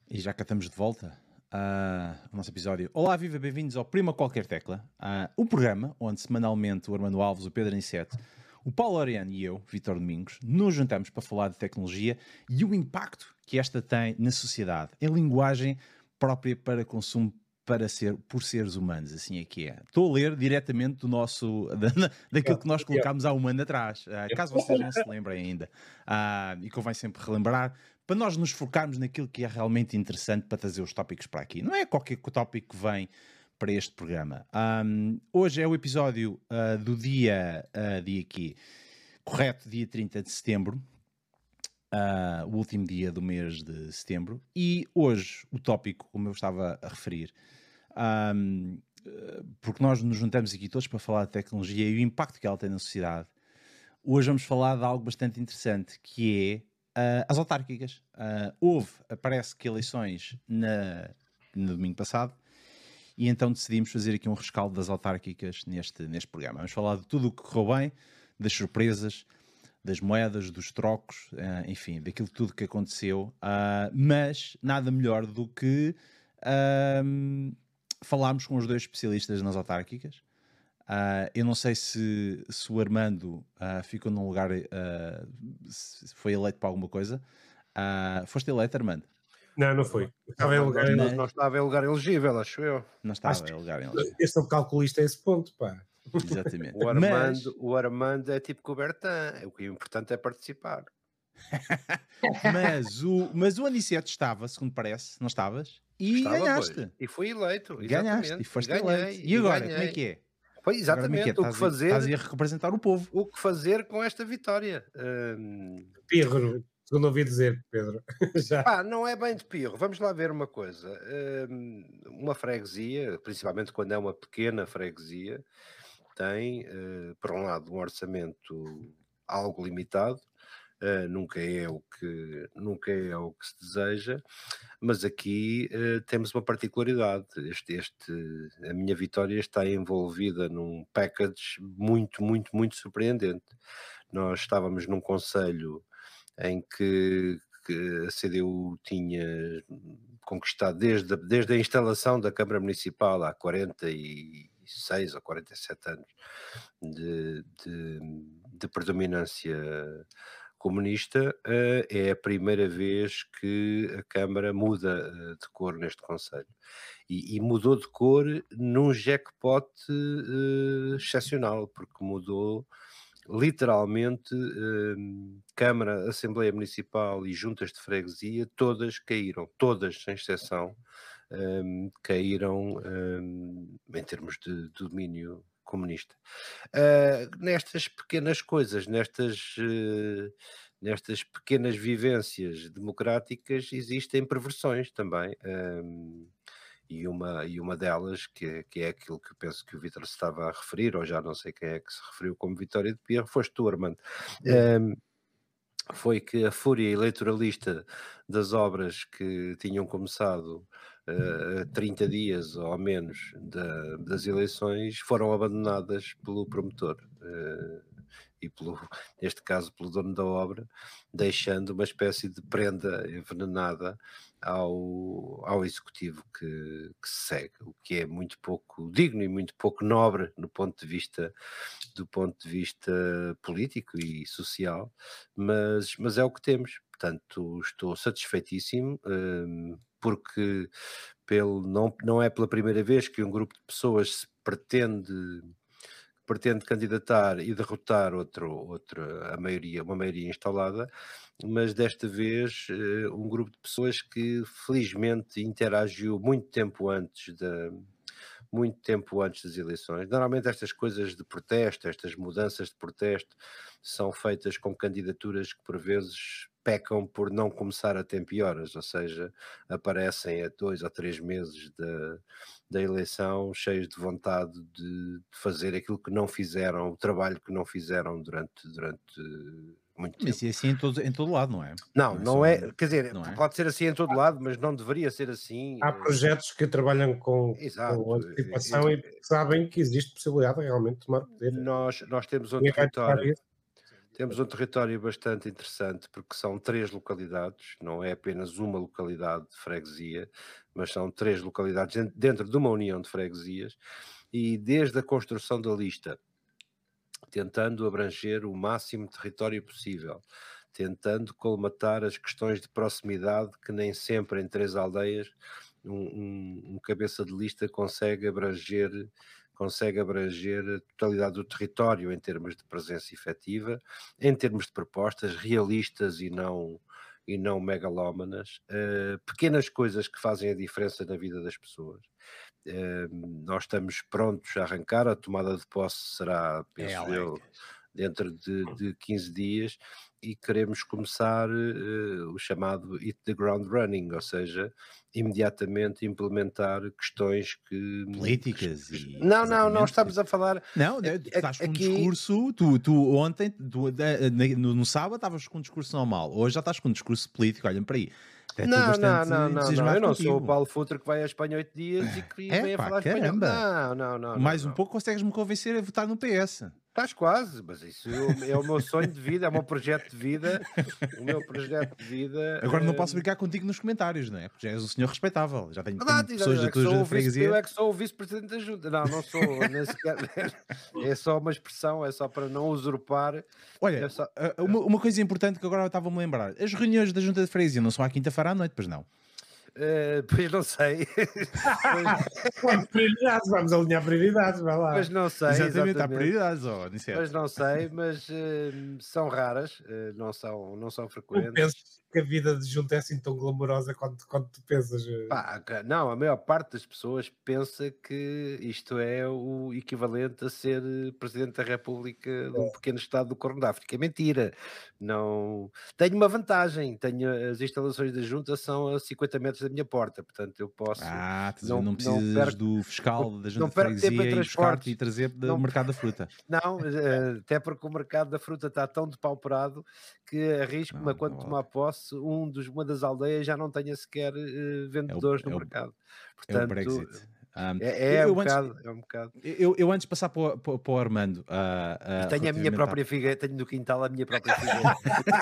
E já cá estamos de volta ao nosso episódio. Olá, viva, bem-vindos ao Prima Qualquer Tecla, o programa onde semanalmente o Armando Alves, o Pedro Aniceto, o Paulo Oriano e eu, Vítor Domingos, nos juntamos para falar de tecnologia e o impacto que esta tem na sociedade, em linguagem própria para consumo por seres humanos, assim é que é. Estou a ler diretamente daquilo que nós colocámos há um ano atrás, caso vocês não se lembrem ainda, e convém sempre relembrar, para nós nos focarmos naquilo que é realmente interessante para trazer os tópicos para aqui. Não é qualquer tópico que vem para este programa. Hoje é o episódio do dia aqui, correto, dia 30 de setembro, o último dia do mês de setembro, e hoje o tópico, como eu estava a referir, porque nós nos juntamos aqui todos para falar de tecnologia e o impacto que ela tem na sociedade. Hoje vamos falar de algo bastante interessante, que é as autárquicas. Parece que eleições no domingo passado, e então decidimos fazer aqui um rescaldo das autárquicas neste programa. Vamos falar de tudo o que correu bem, das surpresas, das moedas, dos trocos, enfim, daquilo tudo que aconteceu, mas nada melhor do que falarmos com os dois especialistas nas autárquicas. Eu não sei se o Armando ficou num lugar, se foi eleito para alguma coisa. Foste eleito, Armando? Não foi. Não estava em lugar elegível, acho eu. Não estava em lugar elegível. Eu sou calculista a esse ponto, pá. Exatamente. O Armando é tipo Coubertin, o que é importante é participar. mas o Aniceto estava, segundo parece, não estavas? E ganhaste. Pois. E fui eleito. Ganhaste e foste eleito. E agora, como é que é? Foi exatamente o que fazer. Estás a representar o povo. O que fazer com esta vitória? Pirro, segundo ouvi dizer, Pedro. Já. Não é bem de pirro. Vamos lá ver uma coisa. Uma freguesia, principalmente quando é uma pequena freguesia, tem, por um lado, um orçamento algo limitado. Nunca é o que se deseja, mas aqui temos uma particularidade. A minha vitória está envolvida num package muito, muito, muito surpreendente. Nós estávamos num concelho em que a CDU tinha conquistado desde a instalação da Câmara Municipal há 46 ou 47 anos de predominância comunista. É a primeira vez que a Câmara muda de cor neste concelho e mudou de cor num jackpot excepcional, porque mudou literalmente. Câmara, Assembleia Municipal e juntas de freguesia todas caíram, todas sem exceção, caíram em termos de domínio comunista. Nestas pequenas coisas, nestas pequenas vivências democráticas existem perversões também, e uma delas, que é aquilo que eu penso que o Vítor se estava a referir, ou já não sei quem é que se referiu como vitória de Pirro, foste tu, Armando. Foi que a fúria eleitoralista das obras que tinham começado 30 dias ou menos das eleições foram abandonadas pelo promotor e neste caso pelo dono da obra, deixando uma espécie de prenda envenenada ao executivo que se segue, o que é muito pouco digno e muito pouco nobre do ponto de vista político e social, mas é o que temos. Portanto, estou satisfeitíssimo, porque não é pela primeira vez que um grupo de pessoas se pretende candidatar e derrotar uma maioria instalada, mas desta vez um grupo de pessoas que felizmente interagiu muito tempo antes das eleições. Normalmente estas coisas de protesto, estas mudanças de protesto, são feitas com candidaturas que por vezes pecam por não começar a tempo e horas, ou seja, aparecem a 2 ou 3 meses da eleição cheios de vontade de fazer aquilo que não fizeram, o trabalho que não fizeram durante muito tempo. Mas é assim em todo lado, não é? Não é, quer dizer, não é? pode ser assim em todo lado, mas não deveria ser assim. Há projetos que trabalham com antecipação e sabem que existe possibilidade de realmente tomar poder. Nós temos Ninguém vai tocar isso. Temos um território bastante interessante porque são 3 localidades, não é apenas uma localidade de freguesia, mas são 3 localidades dentro de uma união de freguesias e desde a construção da lista, tentando abranger o máximo de território possível, tentando colmatar as questões de proximidade que nem sempre em 3 aldeias um cabeça de lista consegue abranger a totalidade do território em termos de presença efetiva, em termos de propostas realistas e não megalómanas, pequenas coisas que fazem a diferença na vida das pessoas. Nós estamos prontos a arrancar, a tomada de posse será, penso eu, dentro de 15 dias e queremos começar o chamado hit the ground running, ou seja, imediatamente implementar questões que... Políticas e... Não estamos a falar... Não, estás com um discurso, tu ontem, no sábado estavas com um discurso normal, hoje já estás com um discurso político, olhem para aí. Não, eu não sou o Paulo Futre que vai a Espanha 8 dias e que vem a falar espanhol. Não. Mais um pouco consegues-me convencer a votar no PS. Estás quase, mas isso é o meu sonho de vida, é o meu projeto de vida. O meu projeto de vida. Agora não posso brincar contigo nos comentários, não é? Porque já és um senhor respeitável. Já tenho pessoas da tua junta de freguesia. Eu é que sou o vice-presidente da junta. Não sou, nem sequer. É só uma expressão, é só para não usurpar. Olha, uma coisa importante que agora estava-me a lembrar: as reuniões da junta de freguesia não são à quinta-feira à noite, pois não? Pois não sei. Prioridades, vamos alinhar prioridades, vai lá. Mas não sei. Exatamente, há prioridades. Mas não sei, mas são raras, não são frequentes. Tu pensas que a vida de junta é assim tão glamourosa quanto tu pensas? Pá, não, a maior parte das pessoas pensa que isto é o equivalente a ser Presidente da República de um pequeno estado do Corno de África. É mentira. Não... Tenho uma vantagem, as instalações da junta são a 50 metros da minha porta, portanto eu posso... não precisas do fiscal da junta de freguesia e buscar-te e trazer do mercado da fruta. Não, até porque o mercado da fruta está tão depauperado que arrisco-me quando tomar posse, uma das aldeias já não tenha sequer vendedores no mercado. Portanto, é o Brexit. É um bocado. Eu antes de passar para o Armando... tenho a minha própria figueira, tenho no quintal a minha própria figueira.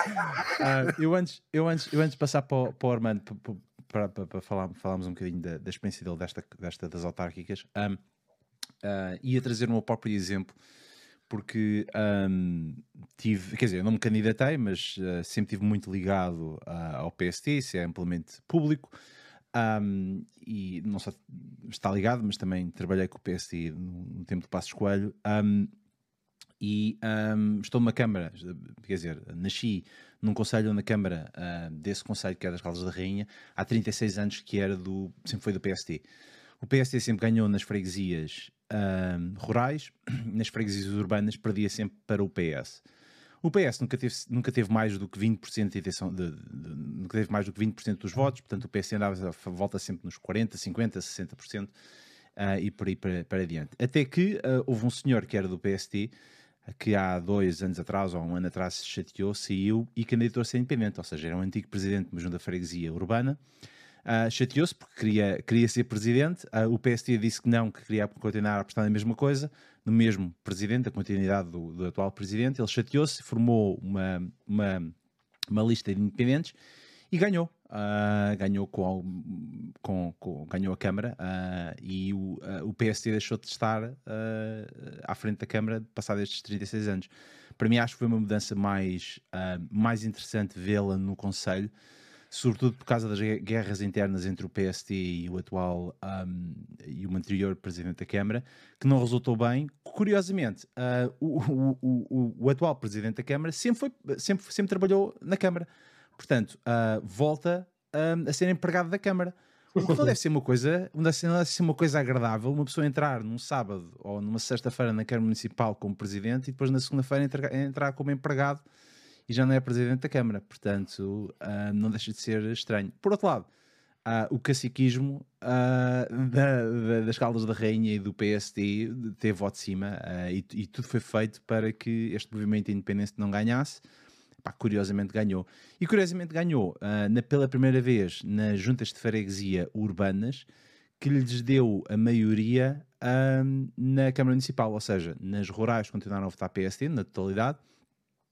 eu antes de passar para o Armando, para falarmos um bocadinho da experiência dele das autárquicas, ia trazer o meu próprio exemplo, porque quer dizer, eu não me candidatei, mas sempre estive muito ligado ao PST, isso é amplamente público. E não só está ligado, mas também trabalhei com o PSD no tempo de Passos Coelho, estou numa Câmara, quer dizer, nasci num conselho na Câmara desse conselho que é das Caldas da Rainha há 36 anos, que sempre foi do PSD. O PSD sempre ganhou nas freguesias rurais, nas freguesias urbanas perdia sempre para o PS. O PS nunca teve mais do que 20% de intenção nunca teve mais do que 20% dos votos, portanto o PS andava volta sempre nos 40%, 50%, 60% e por aí para adiante. Até que houve um senhor que era do PST, que há 2 anos atrás, ou 1 ano atrás, se chateou, saiu e candidatou-se a independente, ou seja, era um antigo presidente de uma junta de freguesia urbana. Chateou-se porque queria ser presidente. O PST disse que não, que queria continuar a apostar na mesma coisa, no mesmo presidente, a continuidade do atual presidente. Ele chateou-se, formou uma lista de independentes e ganhou. Ganhou ganhou a Câmara e o PST deixou de estar à frente da Câmara passados estes 36 anos. Para mim acho que foi uma mudança mais interessante vê-la no Conselho, sobretudo por causa das guerras internas entre o PST e o atual e o anterior presidente da Câmara, que não resultou bem. Curiosamente, o atual presidente da Câmara sempre trabalhou na Câmara, portanto, volta a ser empregado da Câmara. O que não deve ser uma coisa agradável, uma pessoa entrar num sábado ou numa sexta-feira na Câmara Municipal como presidente e depois na segunda-feira entrar como empregado e já não é presidente da Câmara, portanto não deixa de ser estranho. Por outro lado, o caciquismo das Caldas da Rainha e do PST teve voto de cima e tudo foi feito para que este movimento independente não ganhasse. Curiosamente ganhou. E curiosamente ganhou pela primeira vez nas juntas de freguesia urbanas, que lhes deu a maioria na Câmara Municipal, ou seja, nas rurais continuaram a votar PST na totalidade.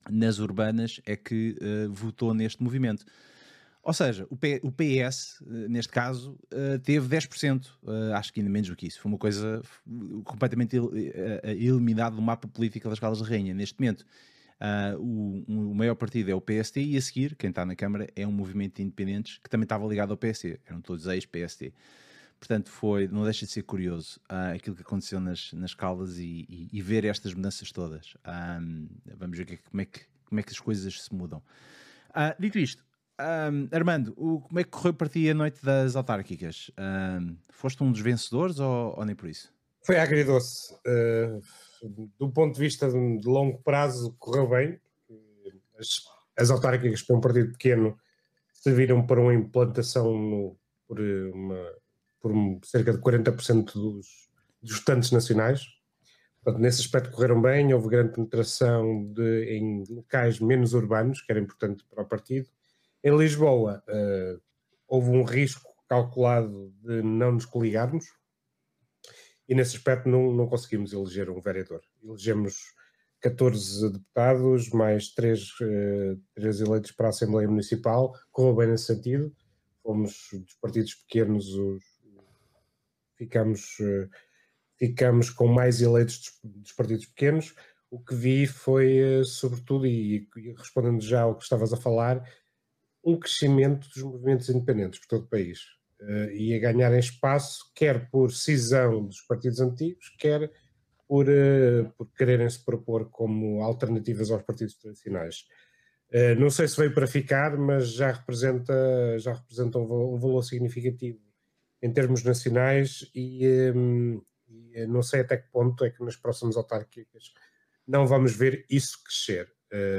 nas urbanas é que votou neste movimento. Ou seja, o PS, neste caso, teve 10%, acho que ainda menos do que isso. Foi uma coisa completamente eliminada do mapa político das Caldas de Rainha. Neste momento, o maior partido é o PST e a seguir, quem está na Câmara, é um movimento de independentes que também estava ligado ao PSD. Eram todos ex-PST. Portanto, não deixa de ser curioso aquilo que aconteceu nas Caldas e ver estas mudanças todas. Vamos ver como é que as coisas se mudam. Dito isto, Armando, como é que correu para ti a noite das autárquicas? Foste um dos vencedores ou nem por isso? Foi agridoce. Do ponto de vista de longo prazo, correu bem. As autárquicas para um partido pequeno serviram para uma implantação por cerca de 40% dos votantes nacionais. Portanto, nesse aspecto correram bem, houve grande penetração em locais menos urbanos, que era importante para o partido. Em Lisboa, houve um risco calculado de não nos coligarmos, e nesse aspecto não conseguimos eleger um vereador. Elegemos 14 deputados, mais 3 eleitos para a Assembleia Municipal, correu bem nesse sentido. Fomos dos partidos pequenos, ficamos com mais eleitos dos partidos pequenos. O que vi foi, sobretudo, e respondendo já ao que estavas a falar, um crescimento dos movimentos independentes por todo o país. E a ganharem espaço, quer por cisão dos partidos antigos, quer por quererem se propor como alternativas aos partidos tradicionais. Não sei se veio para ficar, mas já representa um valor significativo em termos nacionais e não sei até que ponto é que nas próximas autárquicas não vamos ver isso crescer.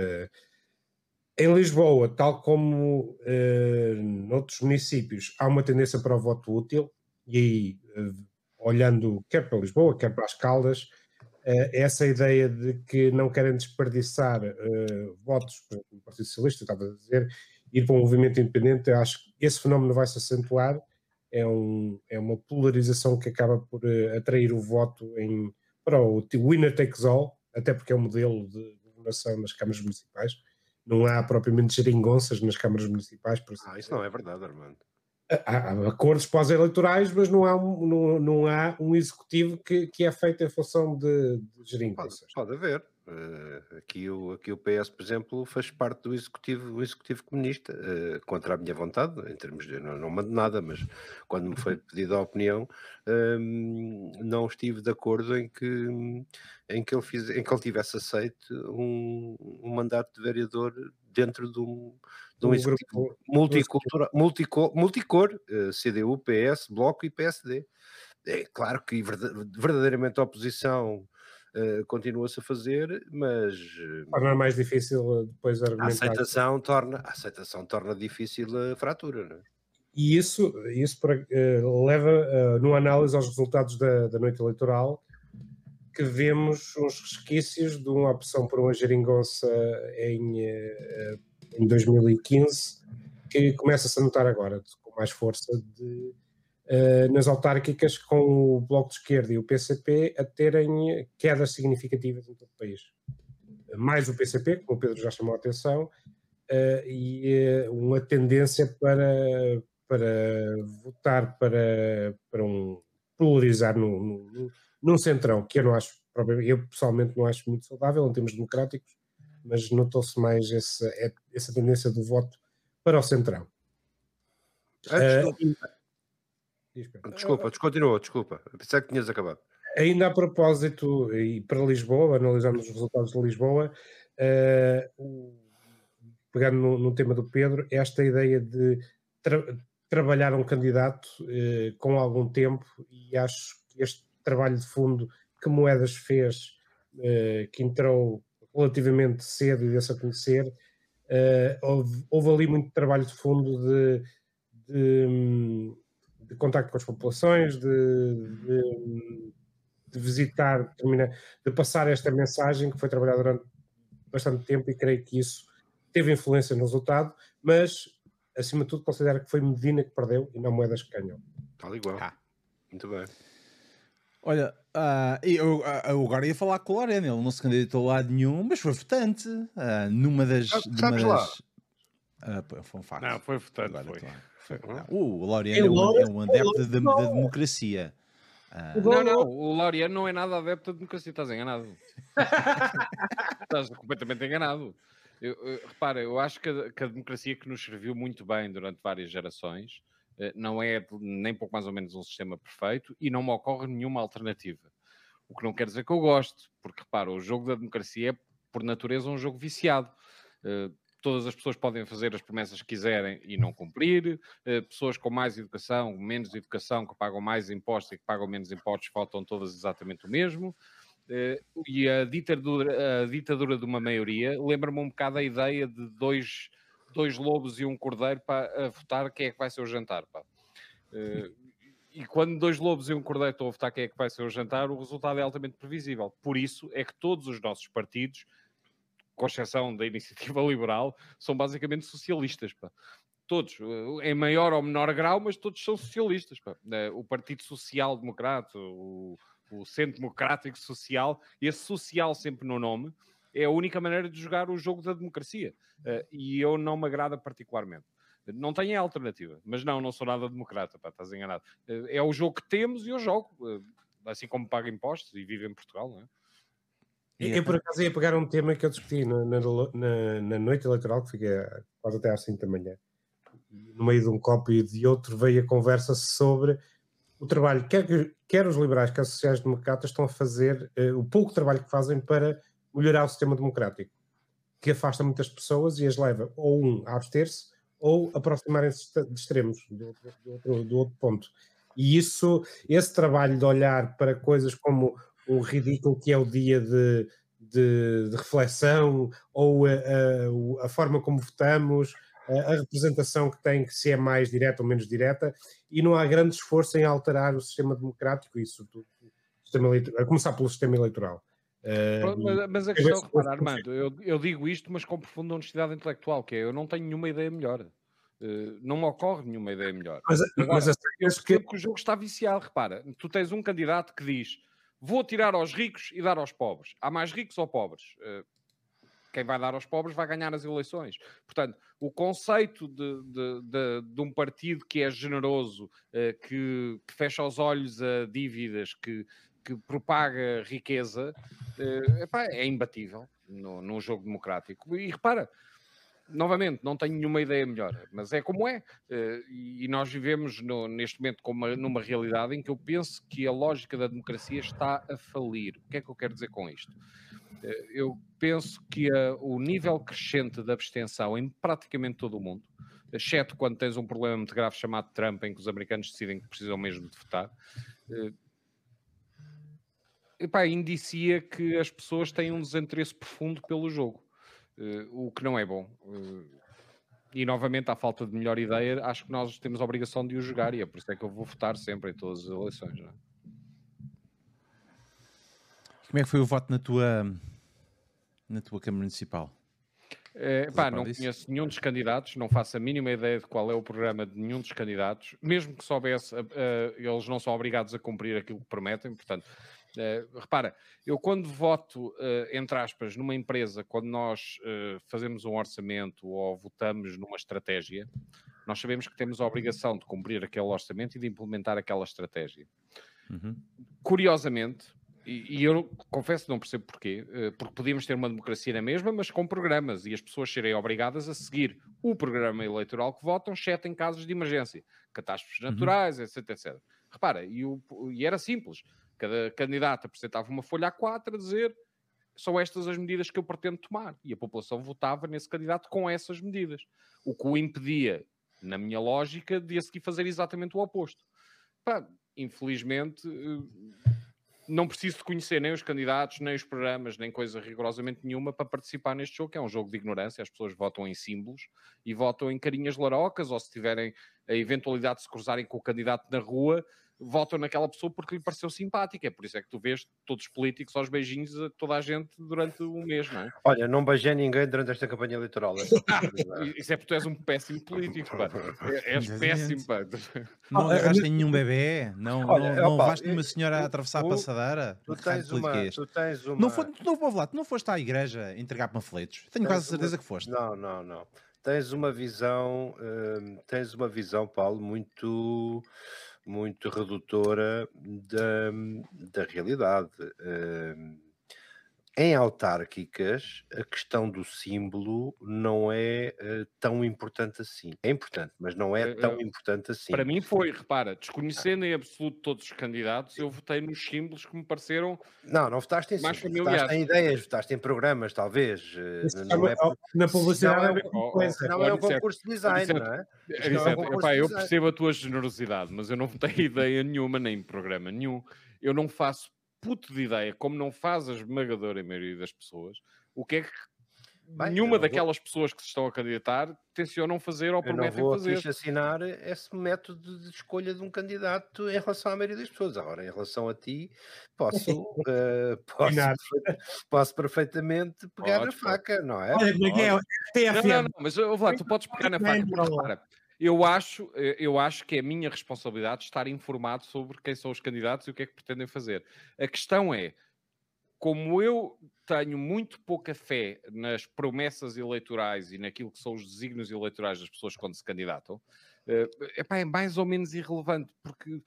Em Lisboa, tal como noutros municípios, há uma tendência para o voto útil, e aí, olhando quer para Lisboa, quer para as Caldas, essa ideia de que não querem desperdiçar votos, por exemplo, no Partido Socialista, estava a dizer, ir para um movimento independente, eu acho que esse fenómeno vai se acentuar, é uma polarização que acaba por atrair o voto para o winner takes all, até porque é um modelo de governação nas câmaras municipais. Não há propriamente geringonças nas câmaras municipais. Isso não é verdade, Armando. Há acordos pós-eleitorais, mas não há um executivo que é feito em função de geringonças. Pode haver. Aqui o PS, por exemplo, faz parte do executivo comunista, contra a minha vontade, em termos de não mando nada, mas quando me foi pedida a opinião, não estive de acordo em que ele tivesse aceito um mandato de vereador dentro de um executivo multicor, CDU, PS, Bloco e PSD. É claro que verdadeiramente a oposição continua-se a fazer, mas torna mais difícil depois argumentar. A aceitação torna difícil a fratura, não é? E isso leva, no análise aos resultados da noite eleitoral, que vemos uns resquícios de uma opção por uma geringonça em 2015, que começa-se a notar agora com mais força nas autárquicas, com o Bloco de Esquerda e o PCP a terem quedas significativas em todo o país. Mais o PCP, como o Pedro já chamou a atenção, e uma tendência para votar para polarizar num centrão, que eu pessoalmente não acho muito saudável em termos democráticos, mas notou-se mais essa tendência do voto para o centrão. Desculpa, desculpa. Pensei que tinhas acabado. Ainda a propósito, e para Lisboa, analisando os resultados de Lisboa, pegando no tema do Pedro, esta ideia de trabalhar um candidato com algum tempo, e acho que este trabalho de fundo que Moedas fez, que entrou relativamente cedo e desse a conhecer, houve ali muito trabalho de fundo de contacto com as populações, de visitar, de passar esta mensagem que foi trabalhada durante bastante tempo, e creio que isso teve influência no resultado, mas acima de tudo considero que foi Medina que perdeu e não Moedas que ganhou. Tal igual. Muito bem. Olha, eu agora ia falar com o Lorena, ele não se candidatou a lado nenhum, mas foi votante numa das... Sabes lá? Foi um facto. Não, foi votante, Agora foi. Não, o Lorena é um adepto da democracia. Não, o Laureano não é nada adepto da democracia, estás enganado. Estás completamente enganado. Repara, eu acho que a democracia que nos serviu muito bem durante várias gerações não é nem pouco mais ou menos um sistema perfeito e não me ocorre nenhuma alternativa. O que não quer dizer que eu goste, porque repara, o jogo da democracia é por natureza um jogo viciado. Todas as pessoas podem fazer as promessas que quiserem e não cumprir. Pessoas com mais educação, menos educação, que pagam mais impostos e que pagam menos impostos, votam todas exatamente o mesmo. E a ditadura de uma maioria lembra-me um bocado a ideia de dois lobos e um cordeiro para votar quem é que vai ser o jantar. Pá. E quando 2 lobos e um cordeiro estão a votar quem é que vai ser o jantar, o resultado é altamente previsível. Por isso é que todos os nossos partidos, com exceção da Iniciativa Liberal, são basicamente socialistas. Pá. Todos, em maior ou menor grau, mas todos são socialistas. Pá. O Partido Social Democrata, o Centro Democrático Social, esse social sempre no nome, é a única maneira de jogar o jogo da democracia. E eu não me agrada particularmente. Não tenho alternativa, mas não sou nada democrata, pá, estás enganado. É o jogo que temos e eu jogo, assim como pago impostos e vivo em Portugal, não é? Eu, por acaso, ia pegar um tema que eu discuti na noite eleitoral, que fiquei quase até às 5 da manhã. No meio de um copo e de outro, veio a conversa sobre o trabalho, quer os liberais, quer os sociais-democratas estão a fazer, o pouco trabalho que fazem para melhorar o sistema democrático, que afasta muitas pessoas e as leva ou a abster-se ou aproximarem-se de extremos, do outro ponto. E esse trabalho de olhar para coisas como o ridículo que é o dia de reflexão, ou a forma como votamos, a representação que tem, que se é mais direta ou menos direta, e não há grande esforço em alterar o sistema democrático, isso tudo, a começar pelo sistema eleitoral. Mas a questão, repara, Armando, eu digo isto, mas com profunda honestidade intelectual, que é, eu não tenho nenhuma ideia melhor. Não me ocorre nenhuma ideia melhor. Agora, eu percebo que o jogo está viciado. Repara, tu tens um candidato que diz: vou tirar aos ricos e dar aos pobres. Há mais ricos ou pobres? Quem vai dar aos pobres vai ganhar as eleições. Portanto, o conceito de um partido que é generoso, que fecha os olhos a dívidas, que propaga riqueza, é imbatível num jogo democrático. E repara, novamente, não tenho nenhuma ideia melhor, mas é como é. E nós vivemos neste momento numa realidade em que eu penso que a lógica da democracia está a falir. O que é que eu quero dizer com isto? Eu penso que o nível crescente de abstenção em praticamente todo o mundo, exceto quando tens um problema muito grave chamado Trump, em que os americanos decidem que precisam mesmo de votar, indicia que as pessoas têm um desinteresse profundo pelo jogo, o que não é bom. E novamente, à falta de melhor ideia, acho que nós temos a obrigação de o jogar, e é por isso é que eu vou votar sempre em todas as eleições. Não é? Como é que foi o voto na tua Câmara Municipal? Não conheço nenhum dos candidatos, não faço a mínima ideia de qual é o programa de nenhum dos candidatos. Mesmo que soubesse, eles não são obrigados a cumprir aquilo que prometem. Portanto, repara, eu quando voto, entre aspas, numa empresa, quando nós fazemos um orçamento ou votamos numa estratégia, nós sabemos que temos a obrigação de cumprir aquele orçamento e de implementar aquela estratégia. Uhum. Curiosamente, e eu confesso que não percebo porquê, porque podíamos ter uma democracia na mesma, mas com programas, e as pessoas serem obrigadas a seguir o programa eleitoral que votam, exceto em casos de emergência, catástrofes naturais, etc, etc. Repara, e era simples, cada candidato apresentava uma folha A4 a dizer: são estas as medidas que eu pretendo tomar, e a população votava nesse candidato com essas medidas, o que o impedia, na minha lógica, de a seguir fazer exatamente o oposto. Infelizmente, não preciso de conhecer nem os candidatos, nem os programas, nem coisa rigorosamente nenhuma para participar neste jogo, que é um jogo de ignorância. As pessoas votam em símbolos e votam em carinhas larocas, ou se tiverem a eventualidade de se cruzarem com o candidato na rua, votam naquela pessoa porque lhe pareceu simpática. É por isso é que tu vês todos os políticos aos beijinhos a toda a gente durante um mês, não é? Olha, não beijei ninguém durante esta campanha eleitoral. É só para avisar. Isso é porque tu és um péssimo político, pá. És péssimo, pá. Não agarraste em nenhum bebê? Olha, Não opa, levaste nenhuma senhora a atravessar a passadeira? Tu Que raio tens de política é uma... este? Tu tens uma... Não foste à igreja entregar panfletos? Tenho quase certeza que foste. Não. Tens uma visão, Paulo, muito redutora da realidade. Em autárquicas, a questão do símbolo não é tão importante assim. É importante, mas não é tão importante assim. Para mim foi, repara, desconhecendo em absoluto todos os candidatos, eu votei nos símbolos que me pareceram Não votaste em mais símbolos, familiares. votaste em ideias, votaste em programas, talvez. Na publicidade Não é um concurso de design, não é? Eu percebo a tua generosidade, mas eu não tenho ideia nenhuma, nem programa nenhum. Eu não faço puto de ideia, como não faz a esmagadora maioria das pessoas, o que é que nenhuma daquelas pessoas que se estão a candidatar tencionam fazer ou prometem fazer. Eu não vou aqui assinar esse método de escolha de um candidato em relação à maioria das pessoas. Agora, em relação a ti, posso perfeitamente pegar na faca, não é? Olha, como é que é? Não, mas Vlad, tu podes pegar na faca, porque repara, eu acho que é a minha responsabilidade estar informado sobre quem são os candidatos e o que é que pretendem fazer. A questão é, como eu tenho muito pouca fé nas promessas eleitorais e naquilo que são os desígnios eleitorais das pessoas quando se candidatam, é mais ou menos irrelevante, porque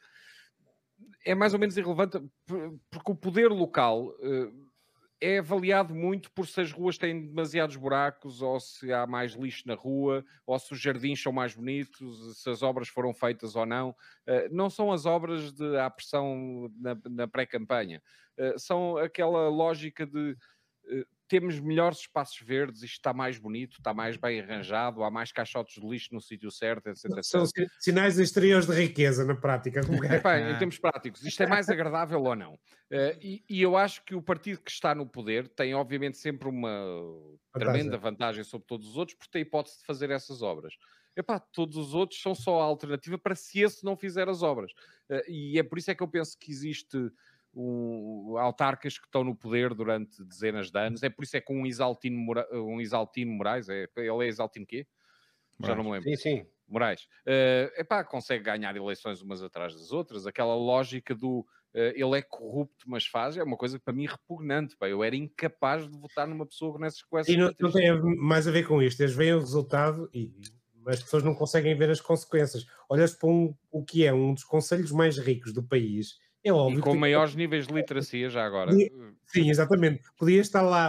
o poder local é avaliado muito por se as ruas têm demasiados buracos, ou se há mais lixo na rua, ou se os jardins são mais bonitos, se as obras foram feitas ou não. Não são as obras de à pressão na pré-campanha. São aquela lógica de temos melhores espaços verdes, isto está mais bonito, está mais bem arranjado, há mais caixotes de lixo no sítio certo, etc. São sinais exteriores de riqueza, na prática. Em termos práticos, isto é mais agradável ou não? E eu acho que o partido que está no poder tem, obviamente, sempre uma tremenda vantagem sobre todos os outros, porque tem a hipótese de fazer essas obras. Todos os outros são só a alternativa para se esse não fizer as obras. E é por isso é que eu penso que existe autarcas que estão no poder durante dezenas de anos. É por isso é que um Isaltino Moraes, ele é Isaltino quê? Já não me lembro. Sim. Moraes. Consegue ganhar eleições umas atrás das outras. Aquela lógica do ele é corrupto, mas faz, é uma coisa que para mim repugnante. Eu era incapaz de votar numa pessoa com essas E não tem mais a ver com isto. Eles veem o resultado mas as pessoas não conseguem ver as consequências. Olhas para o que é um dos concelhos mais ricos do país. É óbvio. E com maiores níveis de literacia já agora. Sim, exatamente. Podia estar lá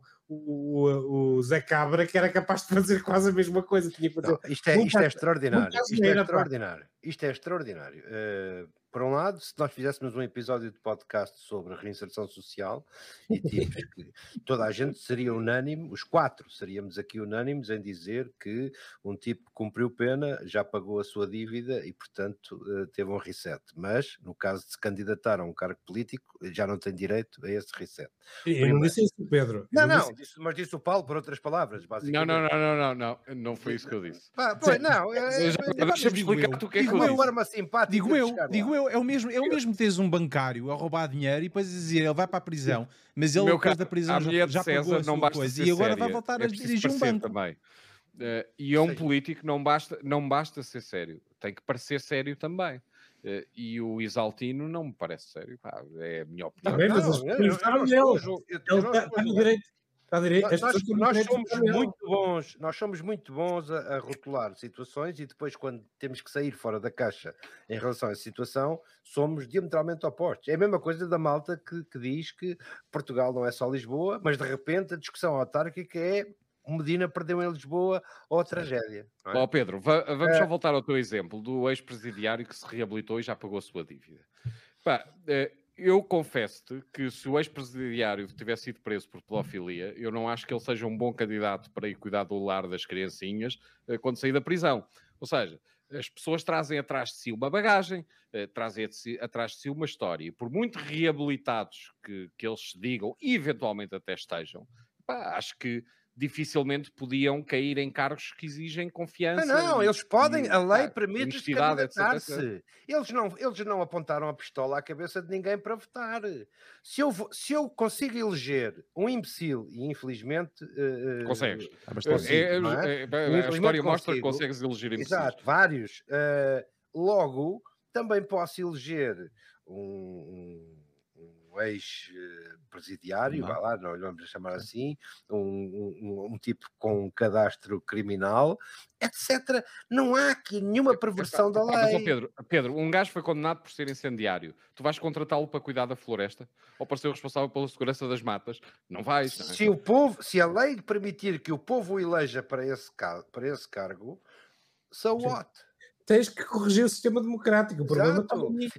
o Zé Cabra, que era capaz de fazer quase a mesma coisa. Tinha que fazer isto é extraordinário. Isto é extraordinário. Por um lado, se nós fizéssemos um episódio de podcast sobre a reinserção social e tipos que toda a gente seria unânime, os quatro seríamos aqui unânimes em dizer que um tipo cumpriu pena, já pagou a sua dívida e, portanto, teve um reset. Mas, no caso de se candidatar a um cargo político, já não tem direito a esse reset. Eu não disse isso, Pedro. Mas disse o Paulo por outras palavras, basicamente. Não foi isso que eu disse. Deixa-me explicar o que é que eu disse. Forma simpática. Digo eu, é o mesmo que tens um bancário a roubar dinheiro e depois dizer ele vai para a prisão, mas ele depois da prisão já pagou a sua coisa e agora vai voltar a dirigir um banco. Também. E a um político não basta ser sério, tem que parecer sério também. E o Isaltino não me parece sério, é a minha opinião. Ele está no direito. Nós somos muito bons a rotular situações e depois, quando temos que sair fora da caixa em relação a essa situação, somos diametralmente opostos. É a mesma coisa da malta que diz que Portugal não é só Lisboa, mas de repente a discussão autárquica é o Medina perdeu em Lisboa ou a tragédia. Não é? Pedro, vamos só voltar ao teu exemplo do ex-presidiário que se reabilitou e já pagou a sua dívida. Eu confesso-te que se o ex-presidiário tivesse sido preso por pedofilia, eu não acho que ele seja um bom candidato para ir cuidar do lar das criancinhas quando sair da prisão. Ou seja, as pessoas trazem atrás de si uma bagagem, trazem atrás de si uma história. E por muito reabilitados que eles se digam e eventualmente até estejam, acho que dificilmente podiam cair em cargos que exigem confiança. Não, eles podem, a lei permite-lhes honestidade, etc, etc. candidatar-se. Eles não apontaram a pistola à cabeça de ninguém para votar. Se eu consigo eleger um imbecil, e infelizmente Consegues. bastante. não é? A Infelizmente história mostra que consigo. consegues eleger imbecis. Exato, vários. Logo, também posso eleger um ex-presidiário, Não. vá lá, não lhe vamos chamar assim, um tipo com um cadastro criminal, etc. Não há aqui nenhuma perversão da Mas, ó, lei. Pedro, um gajo foi condenado por ser incendiário. Tu vais contratá-lo para cuidar da floresta? Ou para ser o responsável pela segurança das matas? Não vais, não é? Se a lei permitir que o povo o eleja para esse cargo, so what? Tens que corrigir o sistema democrático. O problema está Exato. aí.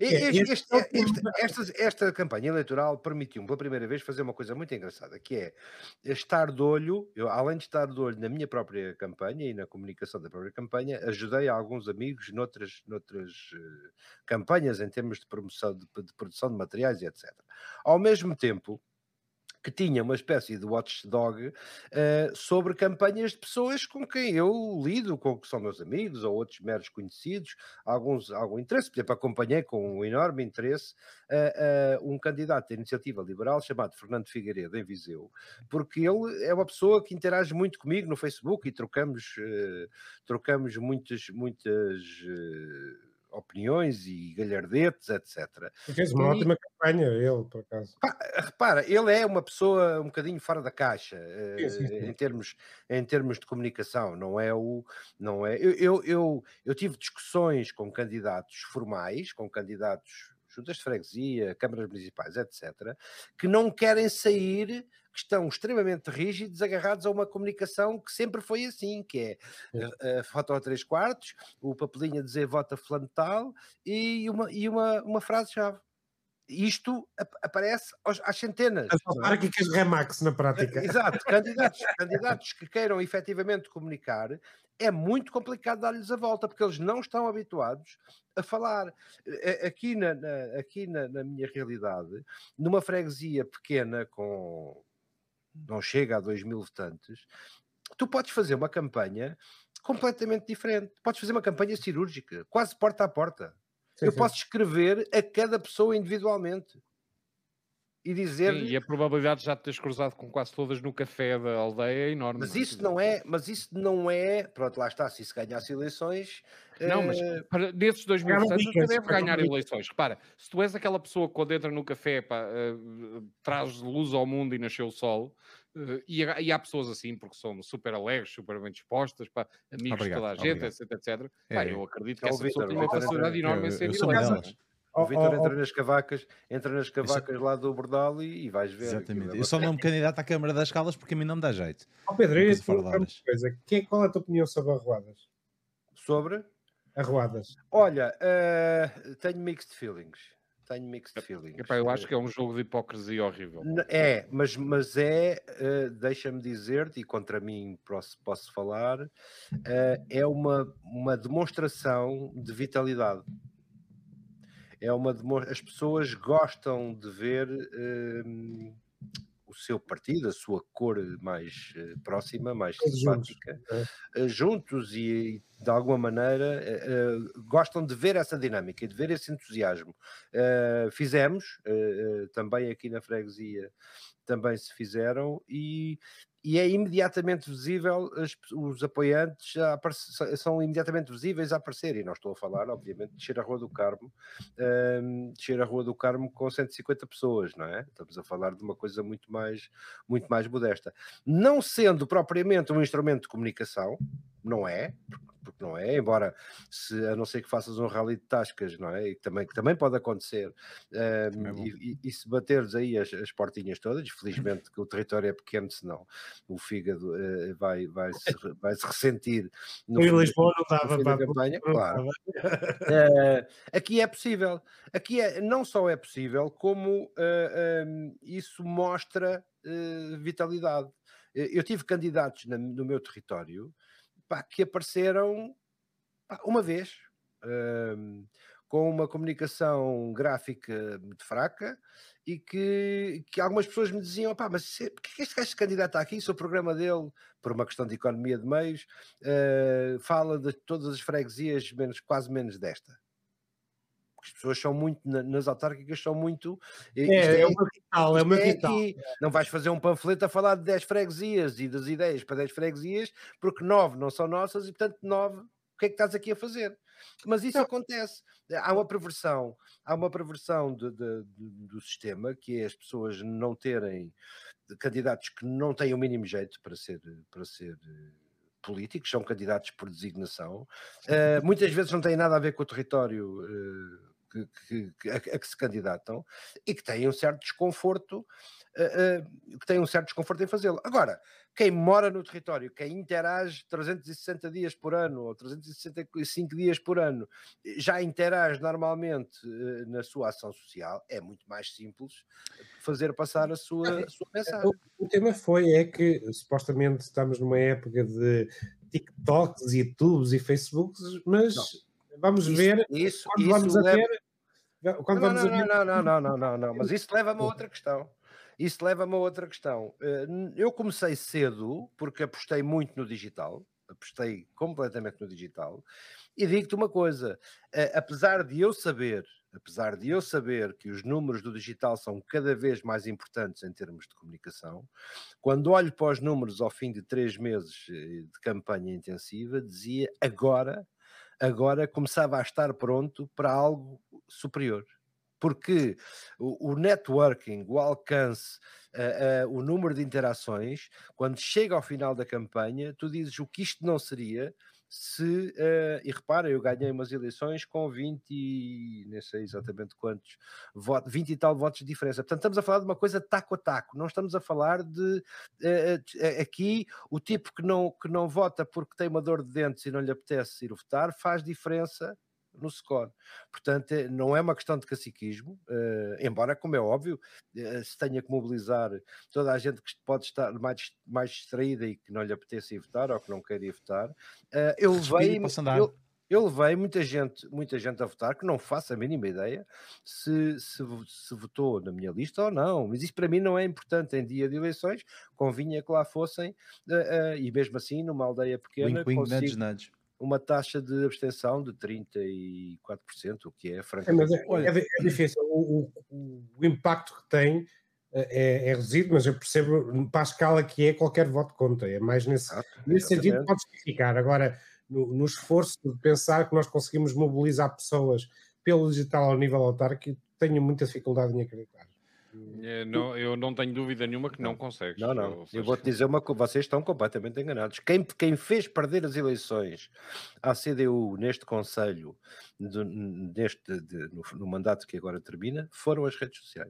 Esta campanha eleitoral permitiu-me pela primeira vez fazer uma coisa muito engraçada, que é estar de olho, além de estar de olho na minha própria campanha e na comunicação da própria campanha, ajudei alguns amigos noutras campanhas em termos de promoção, de produção de materiais e etc. Ao mesmo tempo, que tinha uma espécie de watchdog sobre campanhas de pessoas com quem eu lido, com que são meus amigos ou outros meros conhecidos, algum interesse. Por exemplo, acompanhei com um enorme interesse um candidato da Iniciativa Liberal chamado Fernando Figueiredo, em Viseu, porque ele é uma pessoa que interage muito comigo no Facebook e trocamos muitas opiniões e galhardetes, etc. Fez uma ótima campanha, ele, por acaso. Repara, ele é uma pessoa um bocadinho fora da caixa, Sim. em termos de comunicação, eu tive discussões com candidatos formais, com candidatos juntas de freguesia, câmaras municipais, etc., que não querem sair, que estão extremamente rígidos, agarrados a uma comunicação que sempre foi assim, que é foto a 3/4, o papelinho a dizer vota fulano tal e uma frase-chave. Isto aparece às centenas. As autárquicas Remax, na prática. Exato, candidatos que queiram efetivamente comunicar, é muito complicado dar-lhes a volta, porque eles não estão habituados a falar. Aqui na minha realidade, numa freguesia pequena não chega a 2.000 votantes, tu podes fazer uma campanha completamente diferente. Podes fazer uma campanha cirúrgica, quase porta a porta. Eu posso escrever a cada pessoa individualmente e dizer. Sim, e a probabilidade de já te teres cruzado com quase todas no café da aldeia é enorme. Mas isso não é. Pronto, lá está. Se isso ganhasse eleições. Não, mas nesses 2.000 votantes você deve ganhar eleições. Repara, se tu és aquela pessoa que quando entra no café traz luz ao mundo e nasceu o sol, e há pessoas assim, porque são super alegres, super bem dispostas, amigos de toda a gente, etc. Eu acredito que essa pessoa tem uma facilidade enorme em ser eleita. O Vítor entra nas cavacas lá do Bordal e vais ver. Exatamente. Eu só não me candidato à Câmara das Caldas porque a mim não me dá jeito. Pedro, qual é a tua opinião sobre arruadas? Sobre? Arruadas. Olha, tenho mixed feelings. Eu acho que é um jogo de hipocrisia horrível. Mas deixa-me dizer-te, e contra mim posso falar, é uma demonstração de vitalidade. As pessoas gostam de ver o seu partido, a sua cor mais próxima, mais simpática, juntos e de alguma maneira gostam de ver essa dinâmica e de ver esse entusiasmo. Fizemos também aqui na freguesia, também se fizeram e é imediatamente visível, os apoiantes são imediatamente visíveis a aparecer, e não estou a falar, obviamente, de descer a Rua do Carmo com 150 pessoas, não é? Estamos a falar de uma coisa muito mais modesta. Não sendo propriamente um instrumento de comunicação, não é, porque não é, embora a não ser que faças um rally de tascas, não é? Que também pode acontecer, e se bateres aí as portinhas todas, felizmente que o território é pequeno, senão o fígado vai se ressentir no fim Lisboa não dava da campanha, claro. Aqui é possível. Não só é possível, como isso mostra vitalidade. Eu tive candidatos no meu território que apareceram uma vez, com uma comunicação gráfica muito fraca e que algumas pessoas me diziam, pá, mas porque é que este gajo se candidata aqui, se o programa dele, por uma questão de economia de meios, fala de todas as freguesias, quase menos desta. Porque as pessoas são muito, nas autárquicas são muito... É uma quintal, é uma quintal. Aqui. Não vais fazer um panfleto a falar de 10 freguesias e das ideias para 10 freguesias, porque 9 não são nossas e, portanto, 9, o que é que estás aqui a fazer? Mas isso acontece. Há uma perversão do sistema, que é as pessoas não terem candidatos que não têm o mínimo jeito para ser políticos, são candidatos por designação. Muitas vezes não têm nada a ver com o território a que se candidatam e que têm um certo desconforto em fazê-lo. Agora, quem mora no território, quem interage 360 dias por ano ou 365 dias por ano, já interage normalmente na sua ação social, é muito mais simples fazer passar a sua mensagem. O tema é que supostamente estamos numa época de TikToks, YouTubes e Facebooks, mas vamos ver quando vamos a ver. Não, mas isso leva-me a outra questão. Eu comecei cedo porque apostei muito no digital, apostei completamente no digital, e digo-te uma coisa, apesar de eu saber que os números do digital são cada vez mais importantes em termos de comunicação, quando olho para os números ao fim de 3 meses de campanha intensiva, dizia agora começava a estar pronto para algo superior. Porque o networking, o alcance, o número de interações, quando chega ao final da campanha, tu dizes o que isto não seria se, e repara, eu ganhei umas eleições com 20, nem sei exatamente quantos votos, 20 e tal votos de diferença. Portanto, estamos a falar de uma coisa taco a taco, não estamos a falar de aqui o tipo que não vota porque tem uma dor de dentes e não lhe apetece ir votar, faz diferença no score. Portanto, não é uma questão de caciquismo, embora, como é óbvio, se tenha que mobilizar toda a gente que pode estar mais distraída e que não lhe apetece ir votar ou que não quer ir votar. Eu levei muita gente a votar que não faço a mínima ideia se votou na minha lista ou não, mas isso para mim não é importante. Em dia de eleições convinha que lá fossem, e mesmo assim numa aldeia pequena consigo uma taxa de abstenção de 34%, o que é francamente... É difícil. O impacto que tem é reduzido, mas eu percebo para a escala que é, qualquer voto conta. É mais nesse sentido que pode justificar. Agora, no esforço de pensar que nós conseguimos mobilizar pessoas pelo digital ao nível autárquico, tenho muita dificuldade em acreditar. Eu não tenho dúvida nenhuma que não consegues. Eu vou-te dizer uma coisa, vocês estão completamente enganados. Quem fez perder as eleições à CDU neste Conselho, no mandato que agora termina, foram as redes sociais.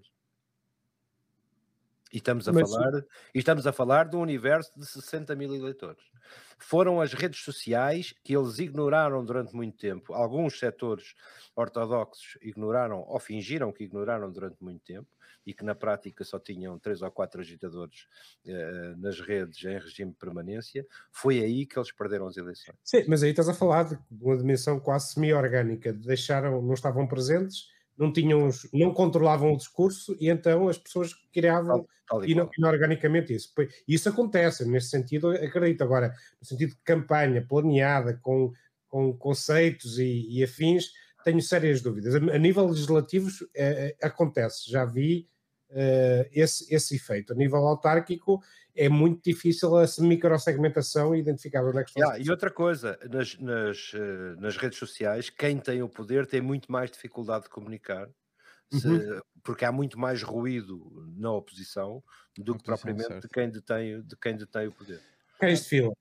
E estamos a falar de um universo de 60 mil eleitores. Foram as redes sociais que eles ignoraram durante muito tempo. Alguns setores ortodoxos ignoraram ou fingiram que ignoraram durante muito tempo e que na prática só tinham 3 ou 4 agitadores nas redes em regime de permanência. Foi aí que eles perderam as eleições. Sim, mas aí estás a falar de uma dimensão quase semi-orgânica. Não estavam presentes, não controlavam o discurso e então as pessoas criavam inorganicamente isso. Isso acontece, nesse sentido acredito. Agora, no sentido de campanha planeada, com conceitos e afins, tenho sérias dúvidas. A nível legislativo acontece, já vi esse efeito. A nível autárquico é muito difícil essa microsegmentação e identificar onde é que estão. E outra coisa, nas redes sociais, quem tem o poder tem muito mais dificuldade de comunicar, porque há muito mais ruído na oposição do que propriamente de quem detém o poder. Cães de fila.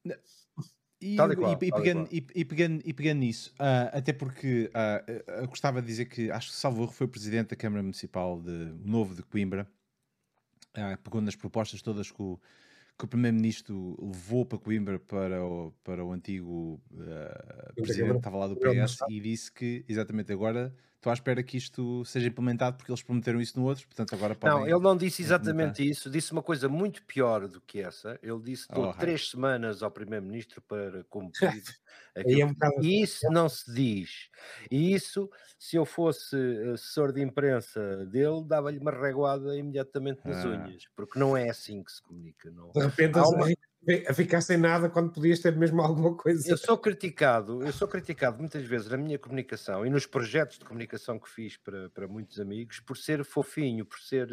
E pegando nisso, até porque eu gostava de dizer que acho que Salvador foi presidente da Câmara Municipal novo de Coimbra, pegou nas propostas todas que o Primeiro-Ministro levou para Coimbra para o antigo presidente que estava lá do PS e disse que exatamente agora estou à espera que isto seja implementado, porque eles prometeram isso no outro, portanto agora podem... Não, ele não disse exatamente isso, disse uma coisa muito pior do que essa. Ele disse que dou 3 semanas ao Primeiro-Ministro para cumprir aquilo. E isso não se diz. E isso, se eu fosse assessor de imprensa dele, dava-lhe uma reguada imediatamente nas unhas, porque não é assim que se comunica. Não. De repente a ficar sem nada quando podias ter mesmo alguma coisa. Eu sou criticado muitas vezes na minha comunicação e nos projetos de comunicação que fiz para muitos amigos por ser fofinho, por ser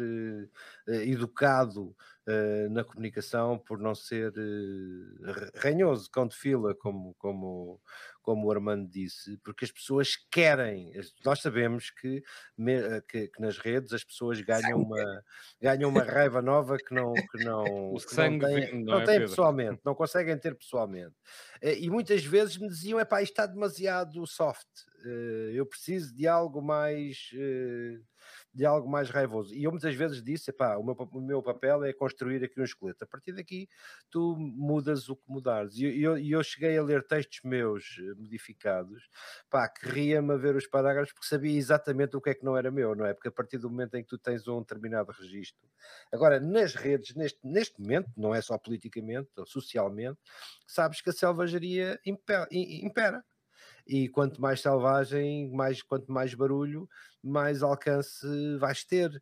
educado na comunicação, por não ser ranhoso, cão de fila, como o Armando disse, porque as pessoas querem. Nós sabemos que nas redes as pessoas ganham uma raiva nova que não têm pessoalmente, não conseguem ter pessoalmente. E muitas vezes me diziam, isto está demasiado soft, eu preciso de algo mais raivoso. E eu muitas vezes disse, o meu papel é construir aqui um esqueleto. A partir daqui tu mudas o que mudares. E eu cheguei a ler textos meus modificados, que ria-me a ver os parágrafos porque sabia exatamente o que é que não era meu, não é? Porque a partir do momento em que tu tens um determinado registro. Agora, nas redes, neste momento, não é só politicamente ou socialmente, sabes que a selvageria impera. E quanto mais selvagem, quanto mais barulho, mais alcance vais ter.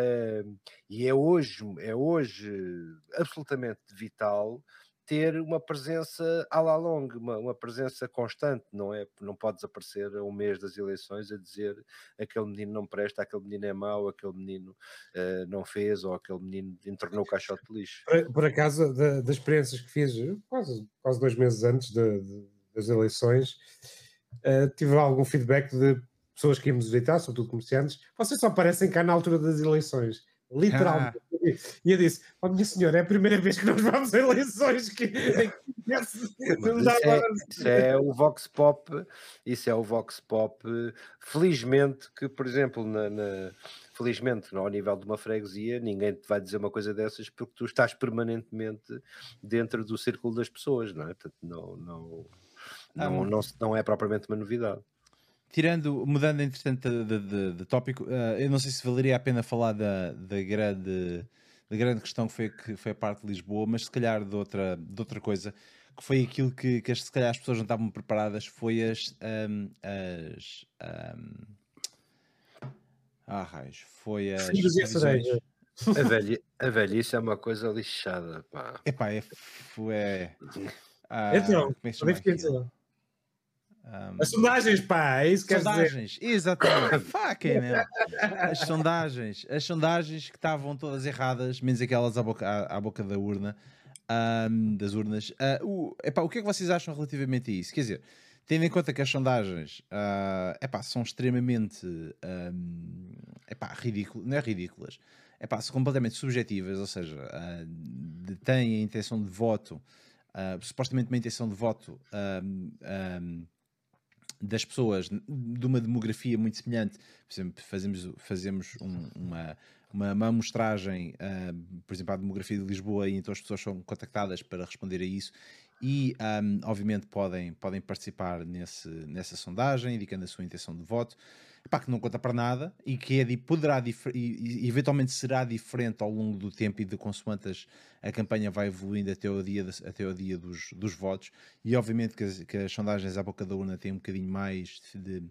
E é hoje absolutamente vital ter uma presença à la longue, uma presença constante, não é? Não podes aparecer a um mês das eleições a dizer aquele menino não presta, aquele menino é mau, aquele menino não fez, ou aquele menino entornou o caixote de lixo. Por acaso, das experiências que fiz quase 2 meses antes das eleições, tive algum feedback de pessoas que íamos visitar, sobretudo comerciantes. Vocês só aparecem cá na altura das eleições, literalmente. E eu disse, minha senhora, é a primeira vez que nós vamos a eleições Isso é o Vox Pop, felizmente que, por exemplo, felizmente, ao nível de uma freguesia, ninguém te vai dizer uma coisa dessas porque tu estás permanentemente dentro do círculo das pessoas, não é? Portanto, não é propriamente uma novidade. Mudando entretanto de tópico, eu não sei se valeria a pena falar da grande questão que foi a parte de Lisboa, mas se calhar de outra coisa, que foi aquilo que se calhar as pessoas não estavam preparadas, foi foi as previsões. A velhice é uma coisa lixada, pá. Então, como é que se chama aquilo? As sondagens, é isso que quer dizer. Exatamente. As sondagens que estavam todas erradas, menos aquelas à boca da urna, das urnas. O que é que vocês acham relativamente a isso? Quer dizer, tendo em conta que as sondagens são extremamente ridículas, não é ridículas, são completamente subjetivas, ou seja, têm a intenção de voto, supostamente uma intenção de voto das pessoas de uma demografia muito semelhante. Por exemplo, fazemos uma amostragem, por exemplo, à demografia de Lisboa, e então as pessoas são contactadas para responder a isso e obviamente podem participar nessa sondagem, indicando a sua intenção de voto, que não conta para nada e que e eventualmente será diferente ao longo do tempo e de consoante a campanha vai evoluindo até o dia dos votos. E obviamente que as sondagens à boca da urna têm um bocadinho mais de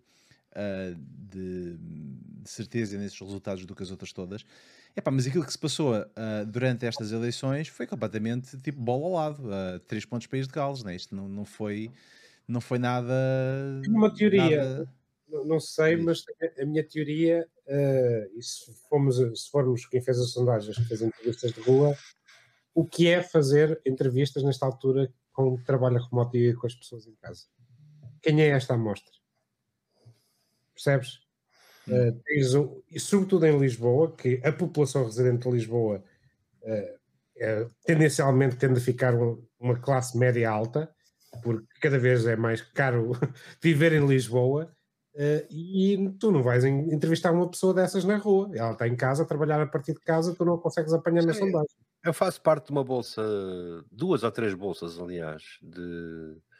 certeza nesses resultados do que as outras todas. Mas aquilo que se passou durante estas eleições foi completamente tipo bola ao lado, 3 pontos para de Gales, né? Isto não foi nada. Uma teoria, não sei, mas a minha teoria, e se formos quem fez as sondagens, que fez entrevistas de rua, o que é fazer entrevistas nesta altura com trabalho remoto e com as pessoas em casa? Quem é esta amostra? Percebes? E sobretudo em Lisboa, que a população residente de Lisboa tendencialmente tende a ficar uma classe média alta, porque cada vez é mais caro viver em Lisboa, e tu não vais entrevistar uma pessoa dessas na rua. Ela está em casa, a trabalhar a partir de casa, tu não consegues apanhar na sondagem. Eu faço parte de uma bolsa, 2 ou 3 bolsas, aliás, de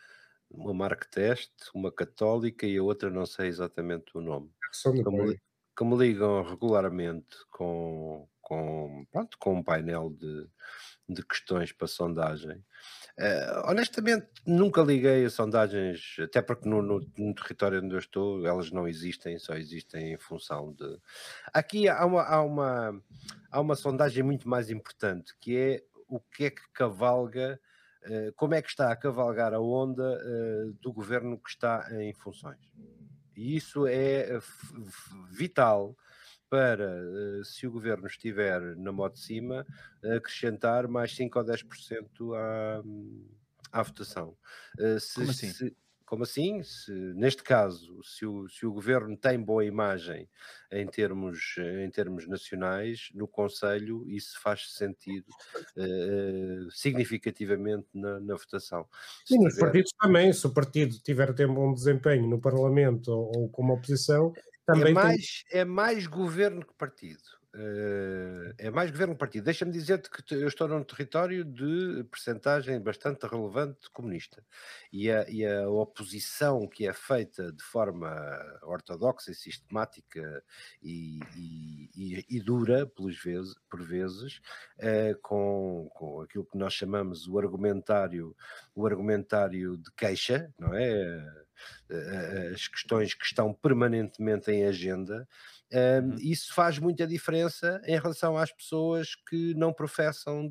uma Marktest, uma Católica e a outra não sei exatamente o nome. Que me ligam regularmente pronto, com um painel de questões para sondagem. Honestamente, nunca liguei a sondagens, até porque no território onde eu estou, elas não existem, só existem em função de. Aqui há uma sondagem muito mais importante, que é o que é que cavalga, como é que está a cavalgar a onda do governo que está em funções. E isso é vital para, se o governo estiver na mão de cima, acrescentar mais 5 ou 10% à votação. Como assim? Como assim? Neste caso, se o governo tem boa imagem em termos nacionais, no Conselho isso faz sentido significativamente na votação. E nos partidos também, se o partido tiver ter bom desempenho no Parlamento ou como oposição, também é mais governo que partido. É mais governo que partido. Deixa-me dizer-te que eu estou num território de percentagem bastante relevante comunista. E a oposição que é feita de forma ortodoxa e sistemática e dura, por vezes, com aquilo que nós chamamos o argumentário de queixa, não é? As questões que estão permanentemente em agenda, isso faz muita diferença em relação às pessoas que não professam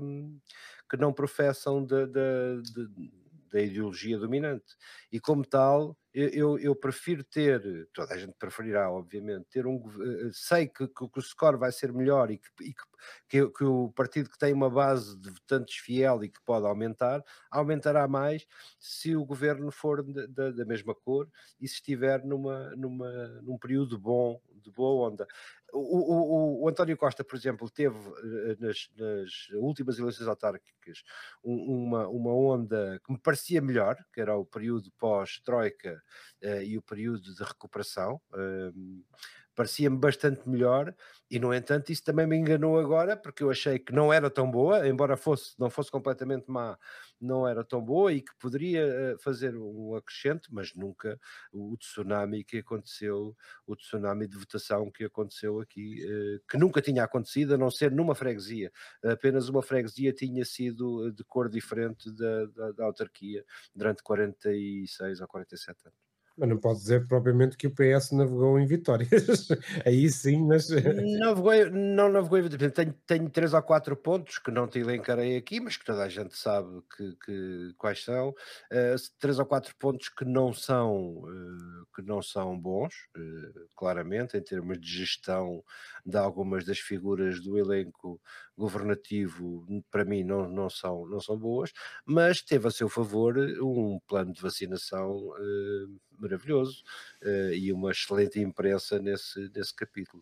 da ideologia dominante. E como tal, eu prefiro ter, toda a gente preferirá, obviamente, ter sei que o score vai ser melhor e que o partido que tem uma base de votantes fiel e que pode aumentará mais se o governo for da mesma cor e se estiver num período de boa onda. O António Costa, por exemplo, teve nas últimas eleições autárquicas uma onda que me parecia melhor, que era o período pós-Troika e o período de recuperação. Parecia-me bastante melhor e, no entanto, isso também me enganou agora, porque eu achei que não era tão boa, embora não fosse completamente má, não era tão boa e que poderia fazer um acrescente, mas nunca o tsunami que aconteceu, o tsunami de votação que aconteceu aqui, que nunca tinha acontecido, a não ser numa freguesia. Apenas uma freguesia tinha sido de cor diferente da autarquia durante 46 ou 47 anos. Mas não pode dizer propriamente que o PS navegou em vitórias. Aí sim, mas. Não navegou em vitórias. Tenho 3 ou 4 pontos que não te elencarei aqui, mas que toda a gente sabe quais são. 3 ou 4 pontos que não são bons, claramente, em termos de gestão de algumas das figuras do elenco governativo, para mim não são boas, mas teve a seu favor um plano de vacinação maravilhoso e uma excelente imprensa nesse capítulo.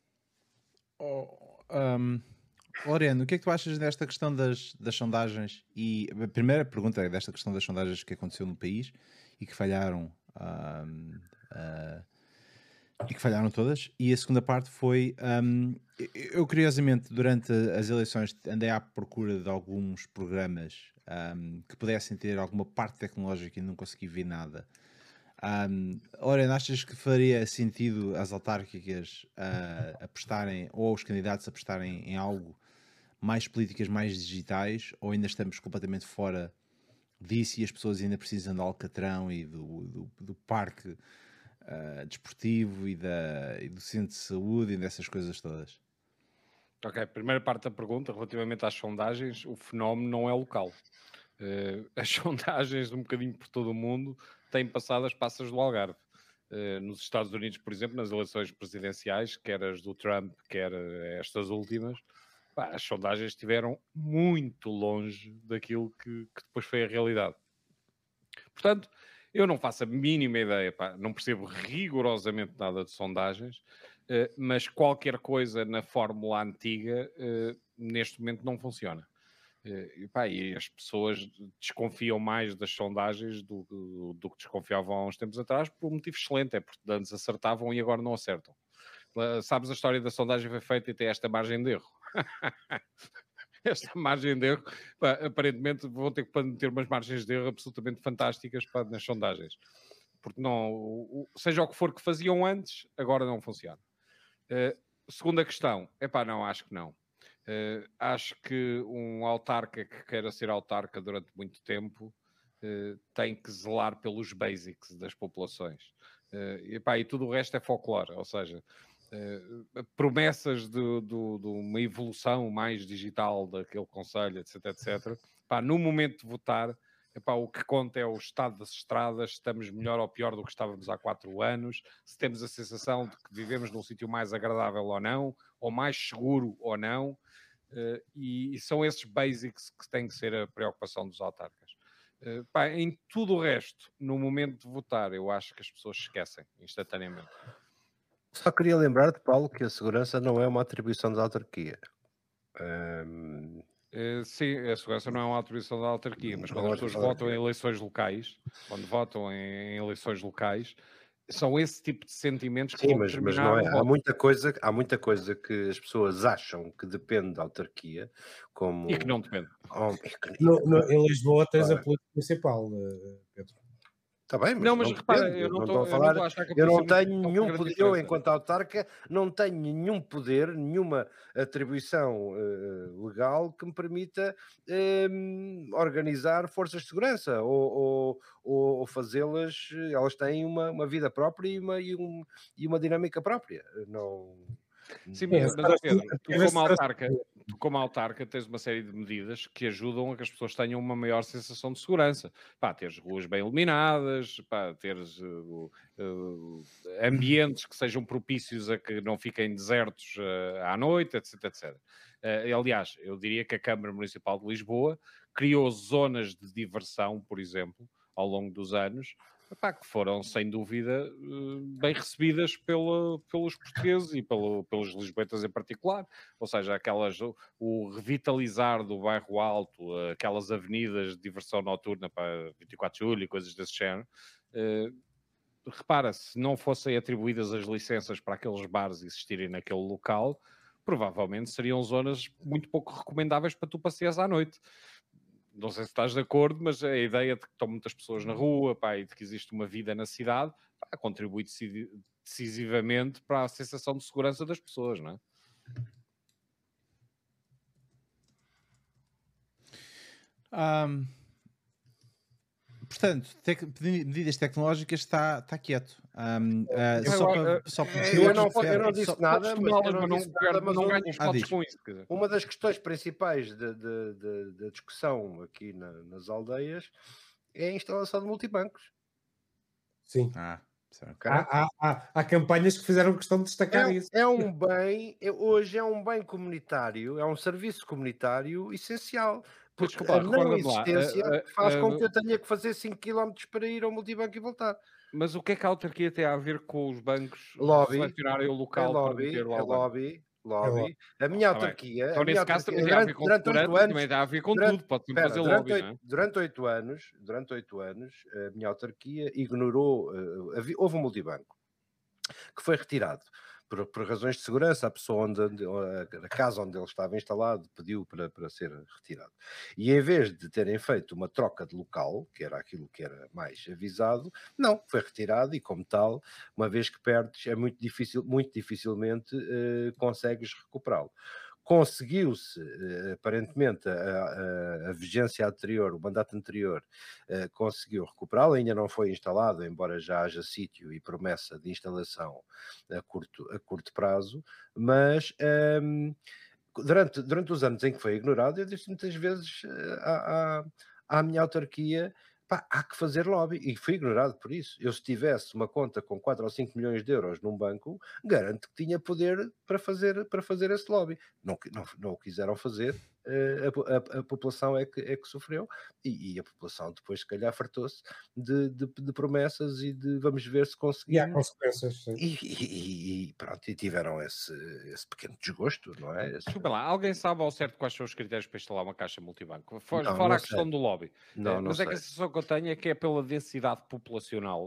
Lorena, o que é que tu achas desta questão das sondagens? E a primeira pergunta é desta questão das sondagens que aconteceu no país e que falharam todas. E a segunda parte foi eu curiosamente durante as eleições andei à procura de alguns programas que pudessem ter alguma parte tecnológica e não consegui ver nada. Lorena, achas que faria sentido as autárquicas apostarem, ou os candidatos apostarem em algo mais políticas, mais digitais, ou ainda estamos completamente fora disso e as pessoas ainda precisam do Alcatrão e do parque desportivo e do centro de saúde e dessas coisas todas? Ok, primeira parte da pergunta, relativamente às sondagens, o fenómeno não é local. As sondagens, um bocadinho por todo o mundo, têm passado as passas do Algarve. Nos Estados Unidos, por exemplo, nas eleições presidenciais, quer as do Trump, quer estas últimas, as sondagens estiveram muito longe daquilo que depois foi a realidade. Portanto, eu não faço a mínima ideia, não percebo rigorosamente nada de sondagens, mas qualquer coisa na fórmula antiga, neste momento, não funciona. E as pessoas desconfiam mais das sondagens do que desconfiavam há uns tempos atrás, por um motivo excelente, é porque antes acertavam e agora não acertam. Sabes, a história da sondagem foi feita e tem esta margem de erro. esta margem de erro, pá, aparentemente vão ter que ter umas margens de erro absolutamente fantásticas, pá, nas sondagens. Porque não, seja o que for que faziam antes, agora não funciona. Segunda questão, não, acho que não. Acho que um autarca que queira ser autarca durante muito tempo tem que zelar pelos basics das populações. E tudo o resto é folclore, ou seja, promessas de uma evolução mais digital daquele concelho, etc, etc. No momento de votar, o que conta é o estado das estradas, se estamos melhor ou pior do que estávamos há 4 anos, se temos a sensação de que vivemos num sítio mais agradável ou não, ou mais seguro ou não, e são esses basics que têm que ser a preocupação dos autarcas. Em tudo o resto, no momento de votar, eu acho que as pessoas esquecem instantaneamente. Só queria lembrar-te, Paulo, que a segurança não é uma atribuição da autarquia. Sim, a segurança não é uma atribuição da autarquia, mas quando Não as é pessoas da votam em eleições locais, quando votam em eleições locais, são esse tipo de sentimentos que Sim, vão mas determinar não é. o Há voto. muita coisa que as pessoas acham que depende da autarquia, como. E que não depende. Em Lisboa tens a Claro. polícia municipal, Pedro. Está bem, mas Não, mas não repara, depende. eu não estou a estou falar. a achar que a Eu polícia não tenho municipal tem nenhum grande poder, eu, diferença. enquanto autarca, não tenho nenhum poder, nenhuma atribuição legal que me permita organizar forças de segurança ou fazê-las. Elas têm uma vida própria e uma dinâmica própria. Não. Sim, É, mas ó Pedro, deve ser tu como autarca tens uma série de medidas que ajudam a que as pessoas tenham uma maior sensação de segurança. Teres ruas bem iluminadas, teres ambientes que sejam propícios a que não fiquem desertos à noite, etc, etc. Aliás, eu diria que a Câmara Municipal de Lisboa criou zonas de diversão, por exemplo, ao longo dos anos, que foram, sem dúvida, bem recebidas pelos portugueses e pelos lisboetas em particular. Ou seja, o revitalizar do bairro Alto, aquelas avenidas de diversão noturna para 24 de julho e coisas desse género. Repara, se não fossem atribuídas as licenças para aqueles bares existirem naquele local, provavelmente seriam zonas muito pouco recomendáveis para tu passeares à noite. Não sei se estás de acordo, mas a ideia de que estão muitas pessoas na rua, e de que existe uma vida na cidade, contribui decisivamente para a sensação de segurança das pessoas, não é? Portanto, medidas tecnológicas está quieto. Eu não disse nada, mas não ganhas votos com isso. Uma das questões principais da discussão aqui nas aldeias é a instalação de multibancos. Sim. Okay? Há campanhas que fizeram questão de destacar isso. Hoje é um bem comunitário, é um serviço comunitário essencial. Porque desculpa, a não existência faz com que eu tenha que fazer 5 km para ir ao multibanco e voltar. Mas o que é que a autarquia tem a ver com os bancos selecionarem o local para meter o lobby. A minha autarquia... Então, nesse caso, também tem a ver com segurança, também tem a ver com tudo. Pode sempre fazer lobby, não é? Durante 8 anos, a minha autarquia ignorou... houve um multibanco que foi retirado. Por razões de segurança, a pessoa a casa onde ele estava instalado pediu para ser retirado. E em vez de terem feito uma troca de local, que era aquilo que era mais avisado, não, foi retirado e como tal, uma vez que perdes, é muito dificilmente consegues recuperá-lo. Conseguiu-se, aparentemente, a vigência anterior, o mandato anterior, conseguiu recuperá-lo, ainda não foi instalado, embora já haja sítio e promessa de instalação a curto prazo, mas durante os anos em que foi ignorado, eu disse muitas vezes à minha autarquia, há que fazer lobby, e fui ignorado por isso. Eu, se tivesse uma conta com 4 ou 5 milhões de euros num banco, garanto que tinha poder para fazer esse lobby. Não o quiseram fazer, a população é que sofreu, e a população depois, se calhar, fartou-se de promessas e de vamos ver se conseguimos. E há consequências, sim. E pronto, e tiveram esse pequeno desgosto, não é? Desculpa lá, alguém sabe ao certo quais são os critérios para instalar uma caixa multibanco? Fora a questão do lobby. Mas é que a sensação que eu tenho é que é pela densidade populacional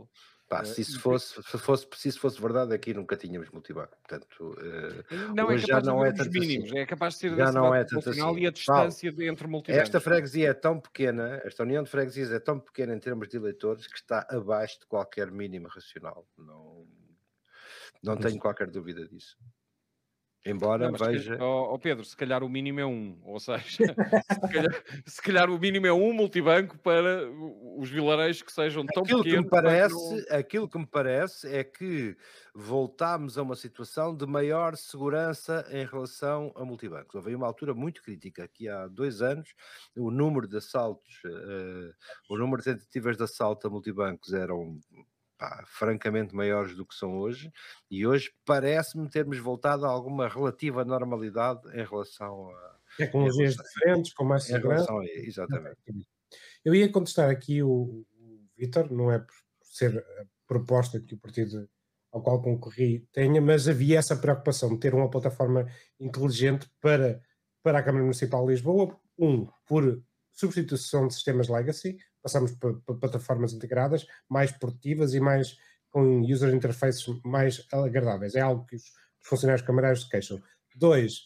Pá, se isso fosse verdade, aqui nunca tínhamos multibanco. Portanto, Não, é hoje já capaz de não haver é uns tanto assim. mínimos, é capaz de ser Já da não é cidade tanto final assim. e a distância entre multibancos. Esta freguesia é tão pequena, esta união de freguesias é tão pequena em termos de eleitores que está abaixo de qualquer mínimo racional. Não tenho qualquer dúvida disso. Embora Não, mas veja. Pedro, se calhar o mínimo é 1, ou seja, se calhar o mínimo é 1 multibanco para os vilarejos que sejam tão Aquilo que me pequenos. aquilo que me parece é que voltámos a uma situação de maior segurança em relação a multibancos. Houve aí uma altura muito crítica, aqui há 2 anos, o número de assaltos, o número de tentativas de assalto a multibancos eram, pá, francamente maiores do que são hoje, e hoje parece-me termos voltado a alguma relativa normalidade em relação a Tecnologias diferentes, com mais segurança. exatamente. Eu ia contestar aqui o Vítor, não é por ser a proposta que o partido ao qual concorri tenha, mas havia essa preocupação de ter uma plataforma inteligente para a Câmara Municipal de Lisboa, por substituição de sistemas legacy, passamos para plataformas integradas, mais produtivas e mais com user interfaces mais agradáveis. É algo que os funcionários camarários se queixam. 2,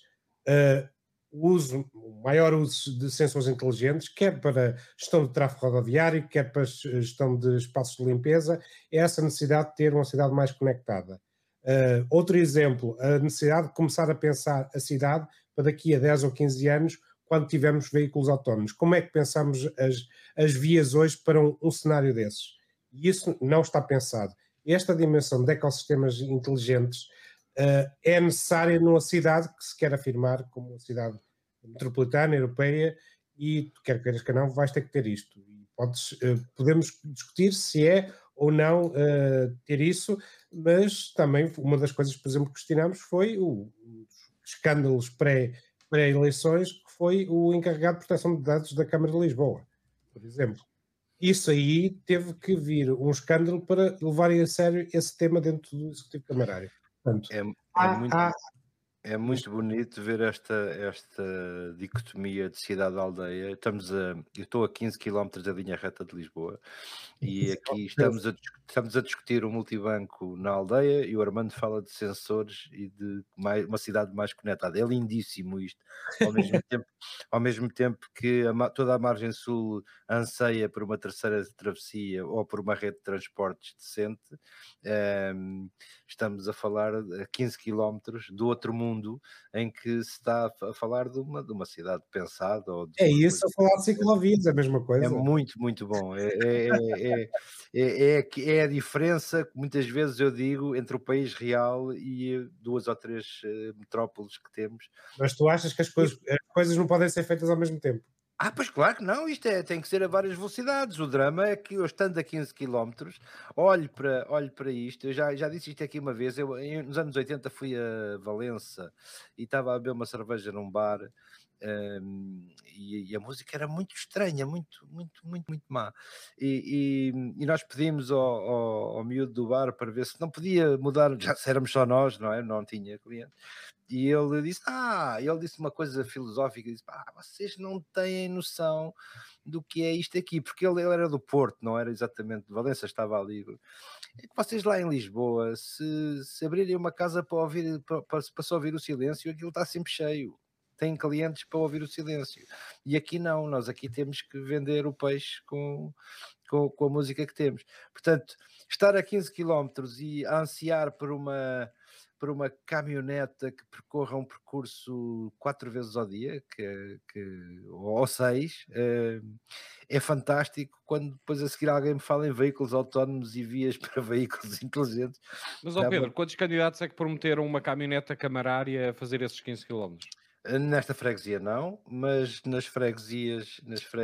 o maior uso de sensores inteligentes, quer para gestão de tráfego rodoviário, quer para gestão de espaços de limpeza, é essa necessidade de ter uma cidade mais conectada. Outro exemplo, a necessidade de começar a pensar a cidade para daqui a 10 ou 15 anos, quando tivermos veículos autónomos. Como é que pensamos as vias hoje para um cenário desses? E isso não está pensado. Esta dimensão de ecossistemas inteligentes é necessária numa cidade que se quer afirmar como uma cidade metropolitana, europeia, e quer queiras que não, vais ter que ter isto. E podemos discutir se é ou não ter isso, mas também uma das coisas, por exemplo, que questionamos foi os escândalos pré-eleições, que foi o encarregado de proteção de dados da Câmara de Lisboa, por exemplo. Isso aí teve que vir um escândalo para levarem a sério esse tema dentro do Executivo Camarário. Portanto, É muito bonito ver esta dicotomia de cidade-aldeia. Eu estou a 15 km da linha reta de Lisboa e aqui estamos a discutir o multibanco na aldeia e o Armando fala de sensores e de uma cidade mais conectada. É lindíssimo isto. Ao mesmo tempo que toda a margem sul anseia por uma terceira travessia ou por uma rede de transportes decente, estamos a falar a 15 km do outro mundo, em que se está a falar de uma cidade pensada. É isso, a falar de ciclovias, é a mesma coisa. É muito, muito bom. É a diferença que muitas vezes eu digo entre o país real e 2 ou 3 metrópoles que temos. Mas tu achas que as coisas não podem ser feitas ao mesmo tempo? Pois claro que não, isto tem que ser a várias velocidades. O drama é que eu, estando a 15 km, olho para isto. Eu já disse isto aqui uma vez. Nos anos 80 fui a Valença e estava a beber uma cerveja num bar, e a música era muito estranha, muito, muito, muito, muito má. E nós pedimos ao miúdo do bar para ver se não podia mudar, já éramos só nós, não é? Não tinha cliente. E ele disse uma coisa filosófica, disse: vocês não têm noção do que é isto aqui, porque ele era do Porto, não era exatamente de Valença, estava ali. É que vocês lá em Lisboa, se abrirem uma casa para só ouvir o silêncio, aquilo está sempre cheio. Tem clientes para ouvir o silêncio. E aqui não, nós aqui temos que vender o peixe com a música que temos. Portanto, estar a 15 km e a ansiar por uma caminhoneta que percorra um percurso 4 vezes ao dia, ou 6, é fantástico quando depois a seguir alguém me fala em veículos autónomos e vias para veículos inteligentes. Mas, Pedro, quantos candidatos é que prometeram uma caminhoneta camarária a fazer esses 15 km? Nesta freguesia não, mas nas freguesias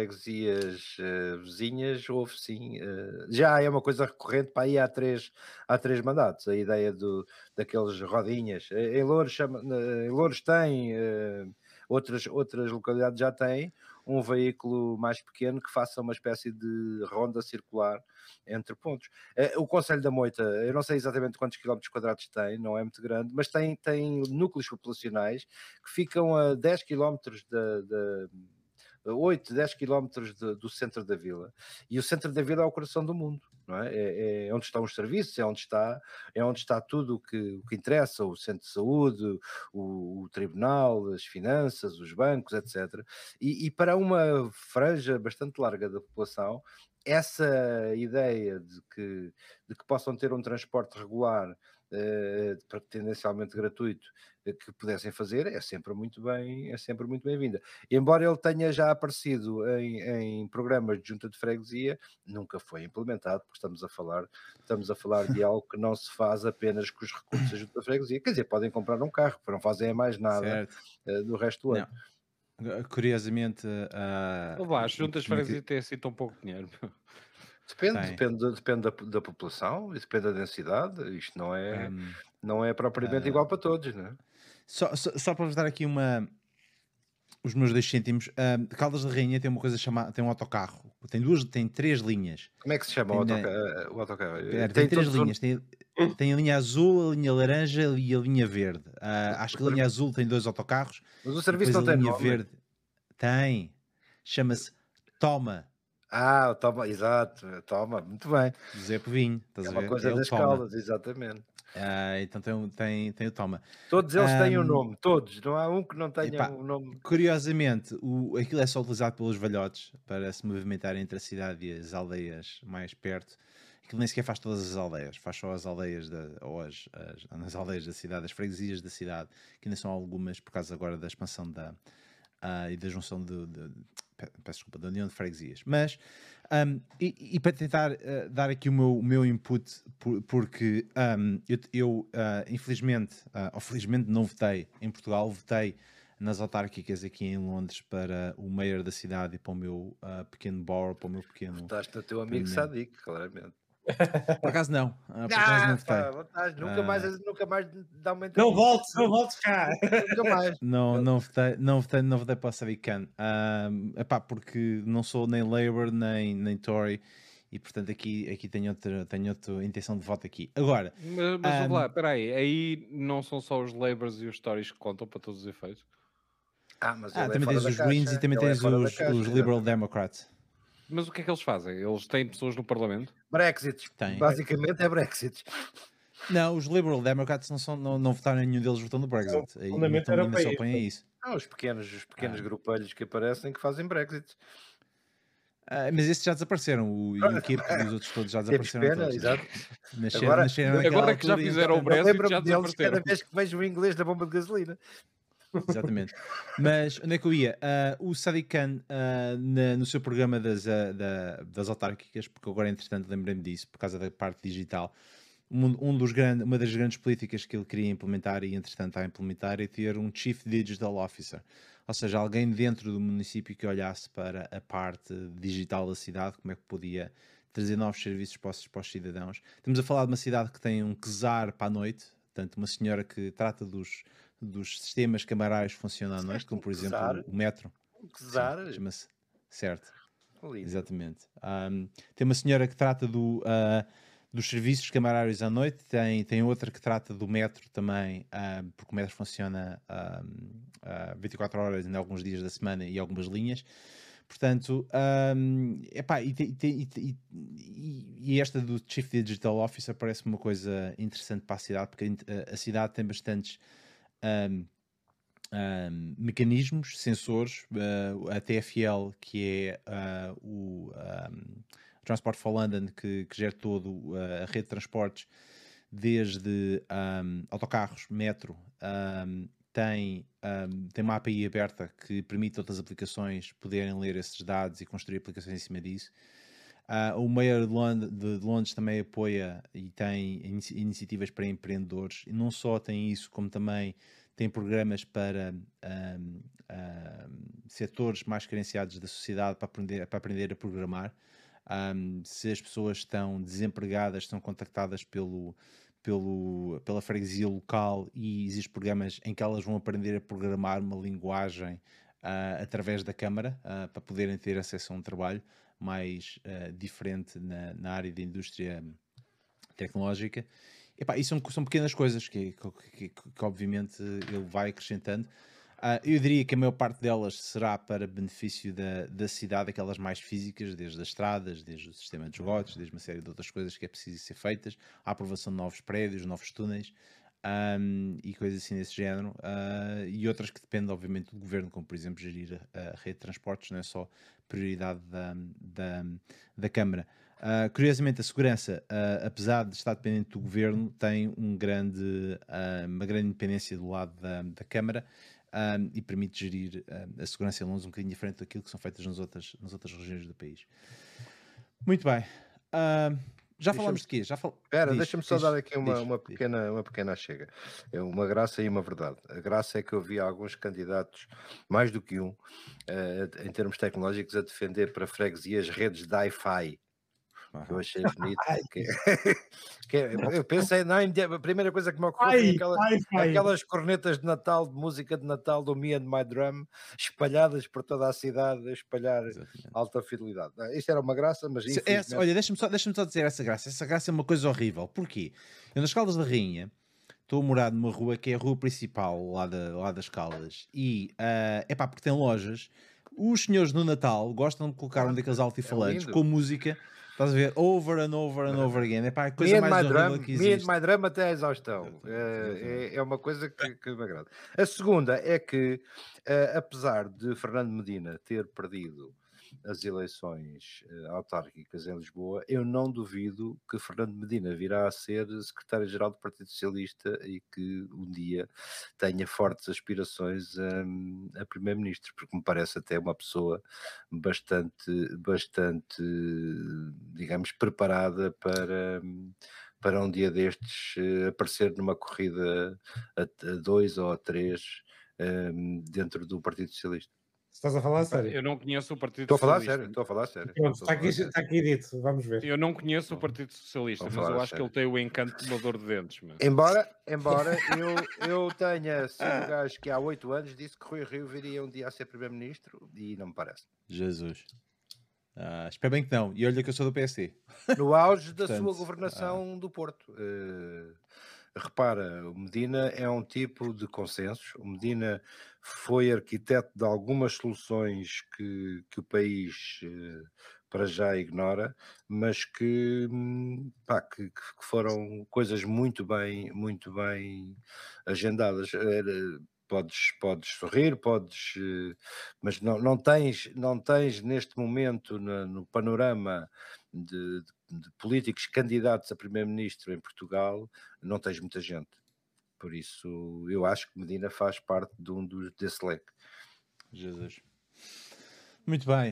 vizinhas houve sim. Já é uma coisa recorrente para aí há três mandatos, a ideia daqueles rodinhas. Em Loures tem, outras localidades já têm um veículo mais pequeno que faça uma espécie de ronda circular entre pontos. O Concelho da Moita, eu não sei exatamente quantos quilómetros quadrados tem, não é muito grande, mas tem núcleos populacionais que ficam a 10 km 8, 10 quilómetros do centro da vila, e o centro da vila é o coração do mundo, não é? É onde estão os serviços, é onde está tudo o que interessa, o centro de saúde, o tribunal, as finanças, os bancos, etc. E para uma franja bastante larga da população, essa ideia de que possam ter um transporte regular, tendencialmente gratuito, que pudessem fazer, é sempre muito bem-vinda. Embora ele tenha já aparecido em programas de junta de freguesia, nunca foi implementado, porque estamos a falar de algo que não se faz apenas com os recursos da junta de freguesia. Quer dizer, podem comprar um carro, não fazem mais nada do resto do ano. Curiosamente, As juntas de freguesia têm assim tão pouco dinheiro. Depende da população e depende da densidade. Isto não é propriamente igual para todos, não é? Só para vos dar aqui os meus 2 cêntimos, Caldas da Rainha tem uma coisa chamada, tem um autocarro, tem 3 linhas. Como é que se chama o autocarro? Tem 3 linhas, tem a linha azul, a linha laranja e a linha verde. Acho que a linha azul tem 2 autocarros. Mas o serviço não tem a linha nome. Verde tem, chama-se Toma. Toma, exato, Toma, muito bem. José Povinho, estás a ver? É uma coisa das Caldas, exatamente. Então tem o Toma. Todos eles têm um nome, todos, não há um que não tenha um nome. Curiosamente, aquilo é só utilizado pelos velhotes para se movimentar entre a cidade e as aldeias mais perto. Aquilo nem sequer faz todas as aldeias, faz só as aldeias as aldeias da cidade, as freguesias da cidade, que ainda são algumas por causa agora da expansão e da junção peço desculpa, da união de freguesias. Mas e para tentar dar aqui o meu input, porque eu infelizmente ou felizmente não votei em Portugal, votei nas autárquicas aqui em Londres para o mayor da cidade e para o meu pequeno borough, para o meu pequeno... Votaste no teu amigo Sadiq, claramente. Por acaso não. Por acaso não votei. Nunca mais dá uma entrevista. Não voltes cá. Nunca mais. Não votei para o Sadiq Khan. Porque não sou nem Labour nem Tory. E portanto aqui tenho outra intenção de voto aqui. Agora... Mas lá, espera aí não são só os Labours e os Tories que contam para todos os efeitos? Mas também tens os Greens e também tens os Liberal Democrats. Mas o que é que eles fazem? Eles têm pessoas no Parlamento? Brexit. Basicamente é Brexit. Não, os Liberal Democrats não votaram, nenhum deles votou no Brexit. Ainda só põem isso. Os pequenos grupelhos que aparecem que fazem Brexit. Mas esses já desapareceram. O UKIP e os outros todos já desapareceram. Pena, exato. Agora que já fizeram o Brexit, já desapareceram. Cada vez que vejo o inglês da bomba de gasolina. Exatamente. Mas onde é que eu ia? O Sadiq Khan, no seu programa das autárquicas, porque agora entretanto lembrei-me disso, por causa da parte digital, uma das grandes políticas que ele queria implementar e entretanto está a implementar é ter um Chief Digital Officer, ou seja, alguém dentro do município que olhasse para a parte digital da cidade, como é que podia trazer novos serviços para os cidadãos. Estamos a falar de uma cidade que tem um czar para a noite, portanto uma senhora que trata dos sistemas camarários que funcionam à noite, como por exemplo o metro. Czar? Chama-se, certo. Lindo. Exatamente. Tem uma senhora que trata dos serviços camarários à noite, tem outra que trata do metro também, porque o metro funciona 24 horas em alguns dias da semana e algumas linhas. Portanto, e esta do Chief Digital Officer parece uma coisa interessante para a cidade, porque a cidade tem bastantes mecanismos, sensores, a TfL, que é o Transport for London, que gera todo a rede de transportes, desde autocarros, metro, tem uma API aberta que permite outras aplicações poderem ler esses dados e construir aplicações em cima disso. O Mayor de Londres também apoia e tem iniciativas para empreendedores, e não só tem isso, como também tem programas para setores mais carenciados da sociedade para aprender a programar. Se as pessoas estão desempregadas, são contactadas pela freguesia local e existem programas em que elas vão aprender a programar uma linguagem através da Câmara para poderem ter acesso a um trabalho mais diferente na área da indústria tecnológica. E são pequenas coisas que obviamente ele vai acrescentando. Eu diria que a maior parte delas será para benefício da cidade, aquelas mais físicas, desde as estradas, desde o sistema de esgotos, desde uma série de outras coisas que é preciso ser feitas, a aprovação de novos prédios, novos túneis, e coisas assim desse género, e outras que dependem obviamente do governo, como por exemplo gerir a rede de transportes, não é só prioridade da Câmara. Curiosamente, a segurança, apesar de estar dependente do governo, tem uma grande independência do lado da Câmara, e permite gerir a segurança em Londres um bocadinho diferente daquilo que são feitas nas outras regiões do país. Muito bem. Já falámos de quê? Espera, deixa-me só dar aqui uma pequena chega. É uma graça e uma verdade. A graça é que eu vi alguns candidatos, mais do que um, em termos tecnológicos, a defender para freguesias redes de Wi-Fi. Que eu achei bonito. Eu pensei, a primeira coisa que me ocorreu foi aquelas cornetas de Natal, de música de Natal do Me and My Drum, espalhadas por toda a cidade, a espalhar alta fidelidade. Isto era uma graça, mas infelizmente... Olha, deixa-me só dizer essa graça. Essa graça é uma coisa horrível. Porquê? Eu nas Caldas da Rainha estou a morar numa rua que é a rua principal lá das Caldas, e é pá, porque tem lojas. Os senhores no Natal gostam de colocar um daqueles altifalantes com música. Estás a ver? Over and over and over again. É pá, a coisa mais horrível que existe. Me and My Drum até a exaustão. É uma coisa que me agrada. A segunda é que, apesar de Fernando Medina ter perdido as eleições autárquicas em Lisboa, eu não duvido que Fernando Medina virá a ser secretário-geral do Partido Socialista e que um dia tenha fortes aspirações a primeiro-ministro, porque me parece até uma pessoa bastante, digamos, preparada para um dia destes aparecer numa corrida a 2 ou a 3 dentro do Partido Socialista. Estás a falar sério? Eu não conheço o Partido Socialista. Estou a falar sério. Pronto, está aqui dito, vamos ver. Eu não conheço o Partido Socialista, mas eu acho que ele tem o encanto de uma dor de dentes. Mas... Embora eu tenha sido um gajo que há 8 anos disse que Rui Rio viria um dia a ser Primeiro-Ministro e não me parece. Jesus. Espero bem que não. E olha que eu sou do PSD. No auge da sua governação do Porto. Repara, o Medina é um tipo de consensos. O Medina foi arquiteto de algumas soluções que o país para já ignora, mas que foram coisas muito bem agendadas. Podes sorrir, mas não tens neste momento no panorama de políticos candidatos a primeiro-ministro em Portugal, não tens muita gente. Por isso, eu acho que Medina faz parte desse leque. Jesus. Muito bem.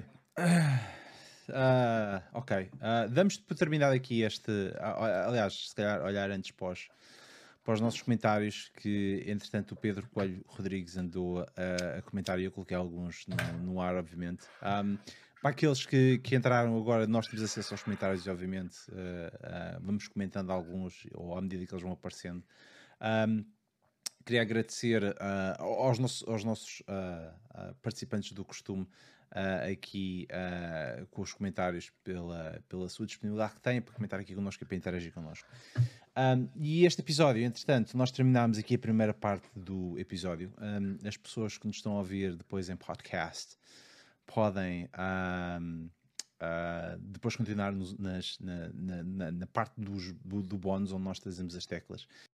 Ok. Damos por terminado aqui aliás, se calhar olhar antes para os nossos comentários, que entretanto o Pedro Coelho Rodrigues andou a comentar e eu coloquei alguns no ar, obviamente. Para aqueles que entraram agora, nós temos acesso aos comentários e obviamente vamos comentando alguns ou à medida que eles vão aparecendo. Queria agradecer aos nossos participantes do costume aqui com os comentários pela sua disponibilidade que têm para comentar aqui connosco e para interagir connosco. E este episódio, entretanto, nós terminámos aqui a primeira parte do episódio. As pessoas que nos estão a ouvir depois em podcast podem depois continuar na parte do bónus onde nós trazemos as teclas.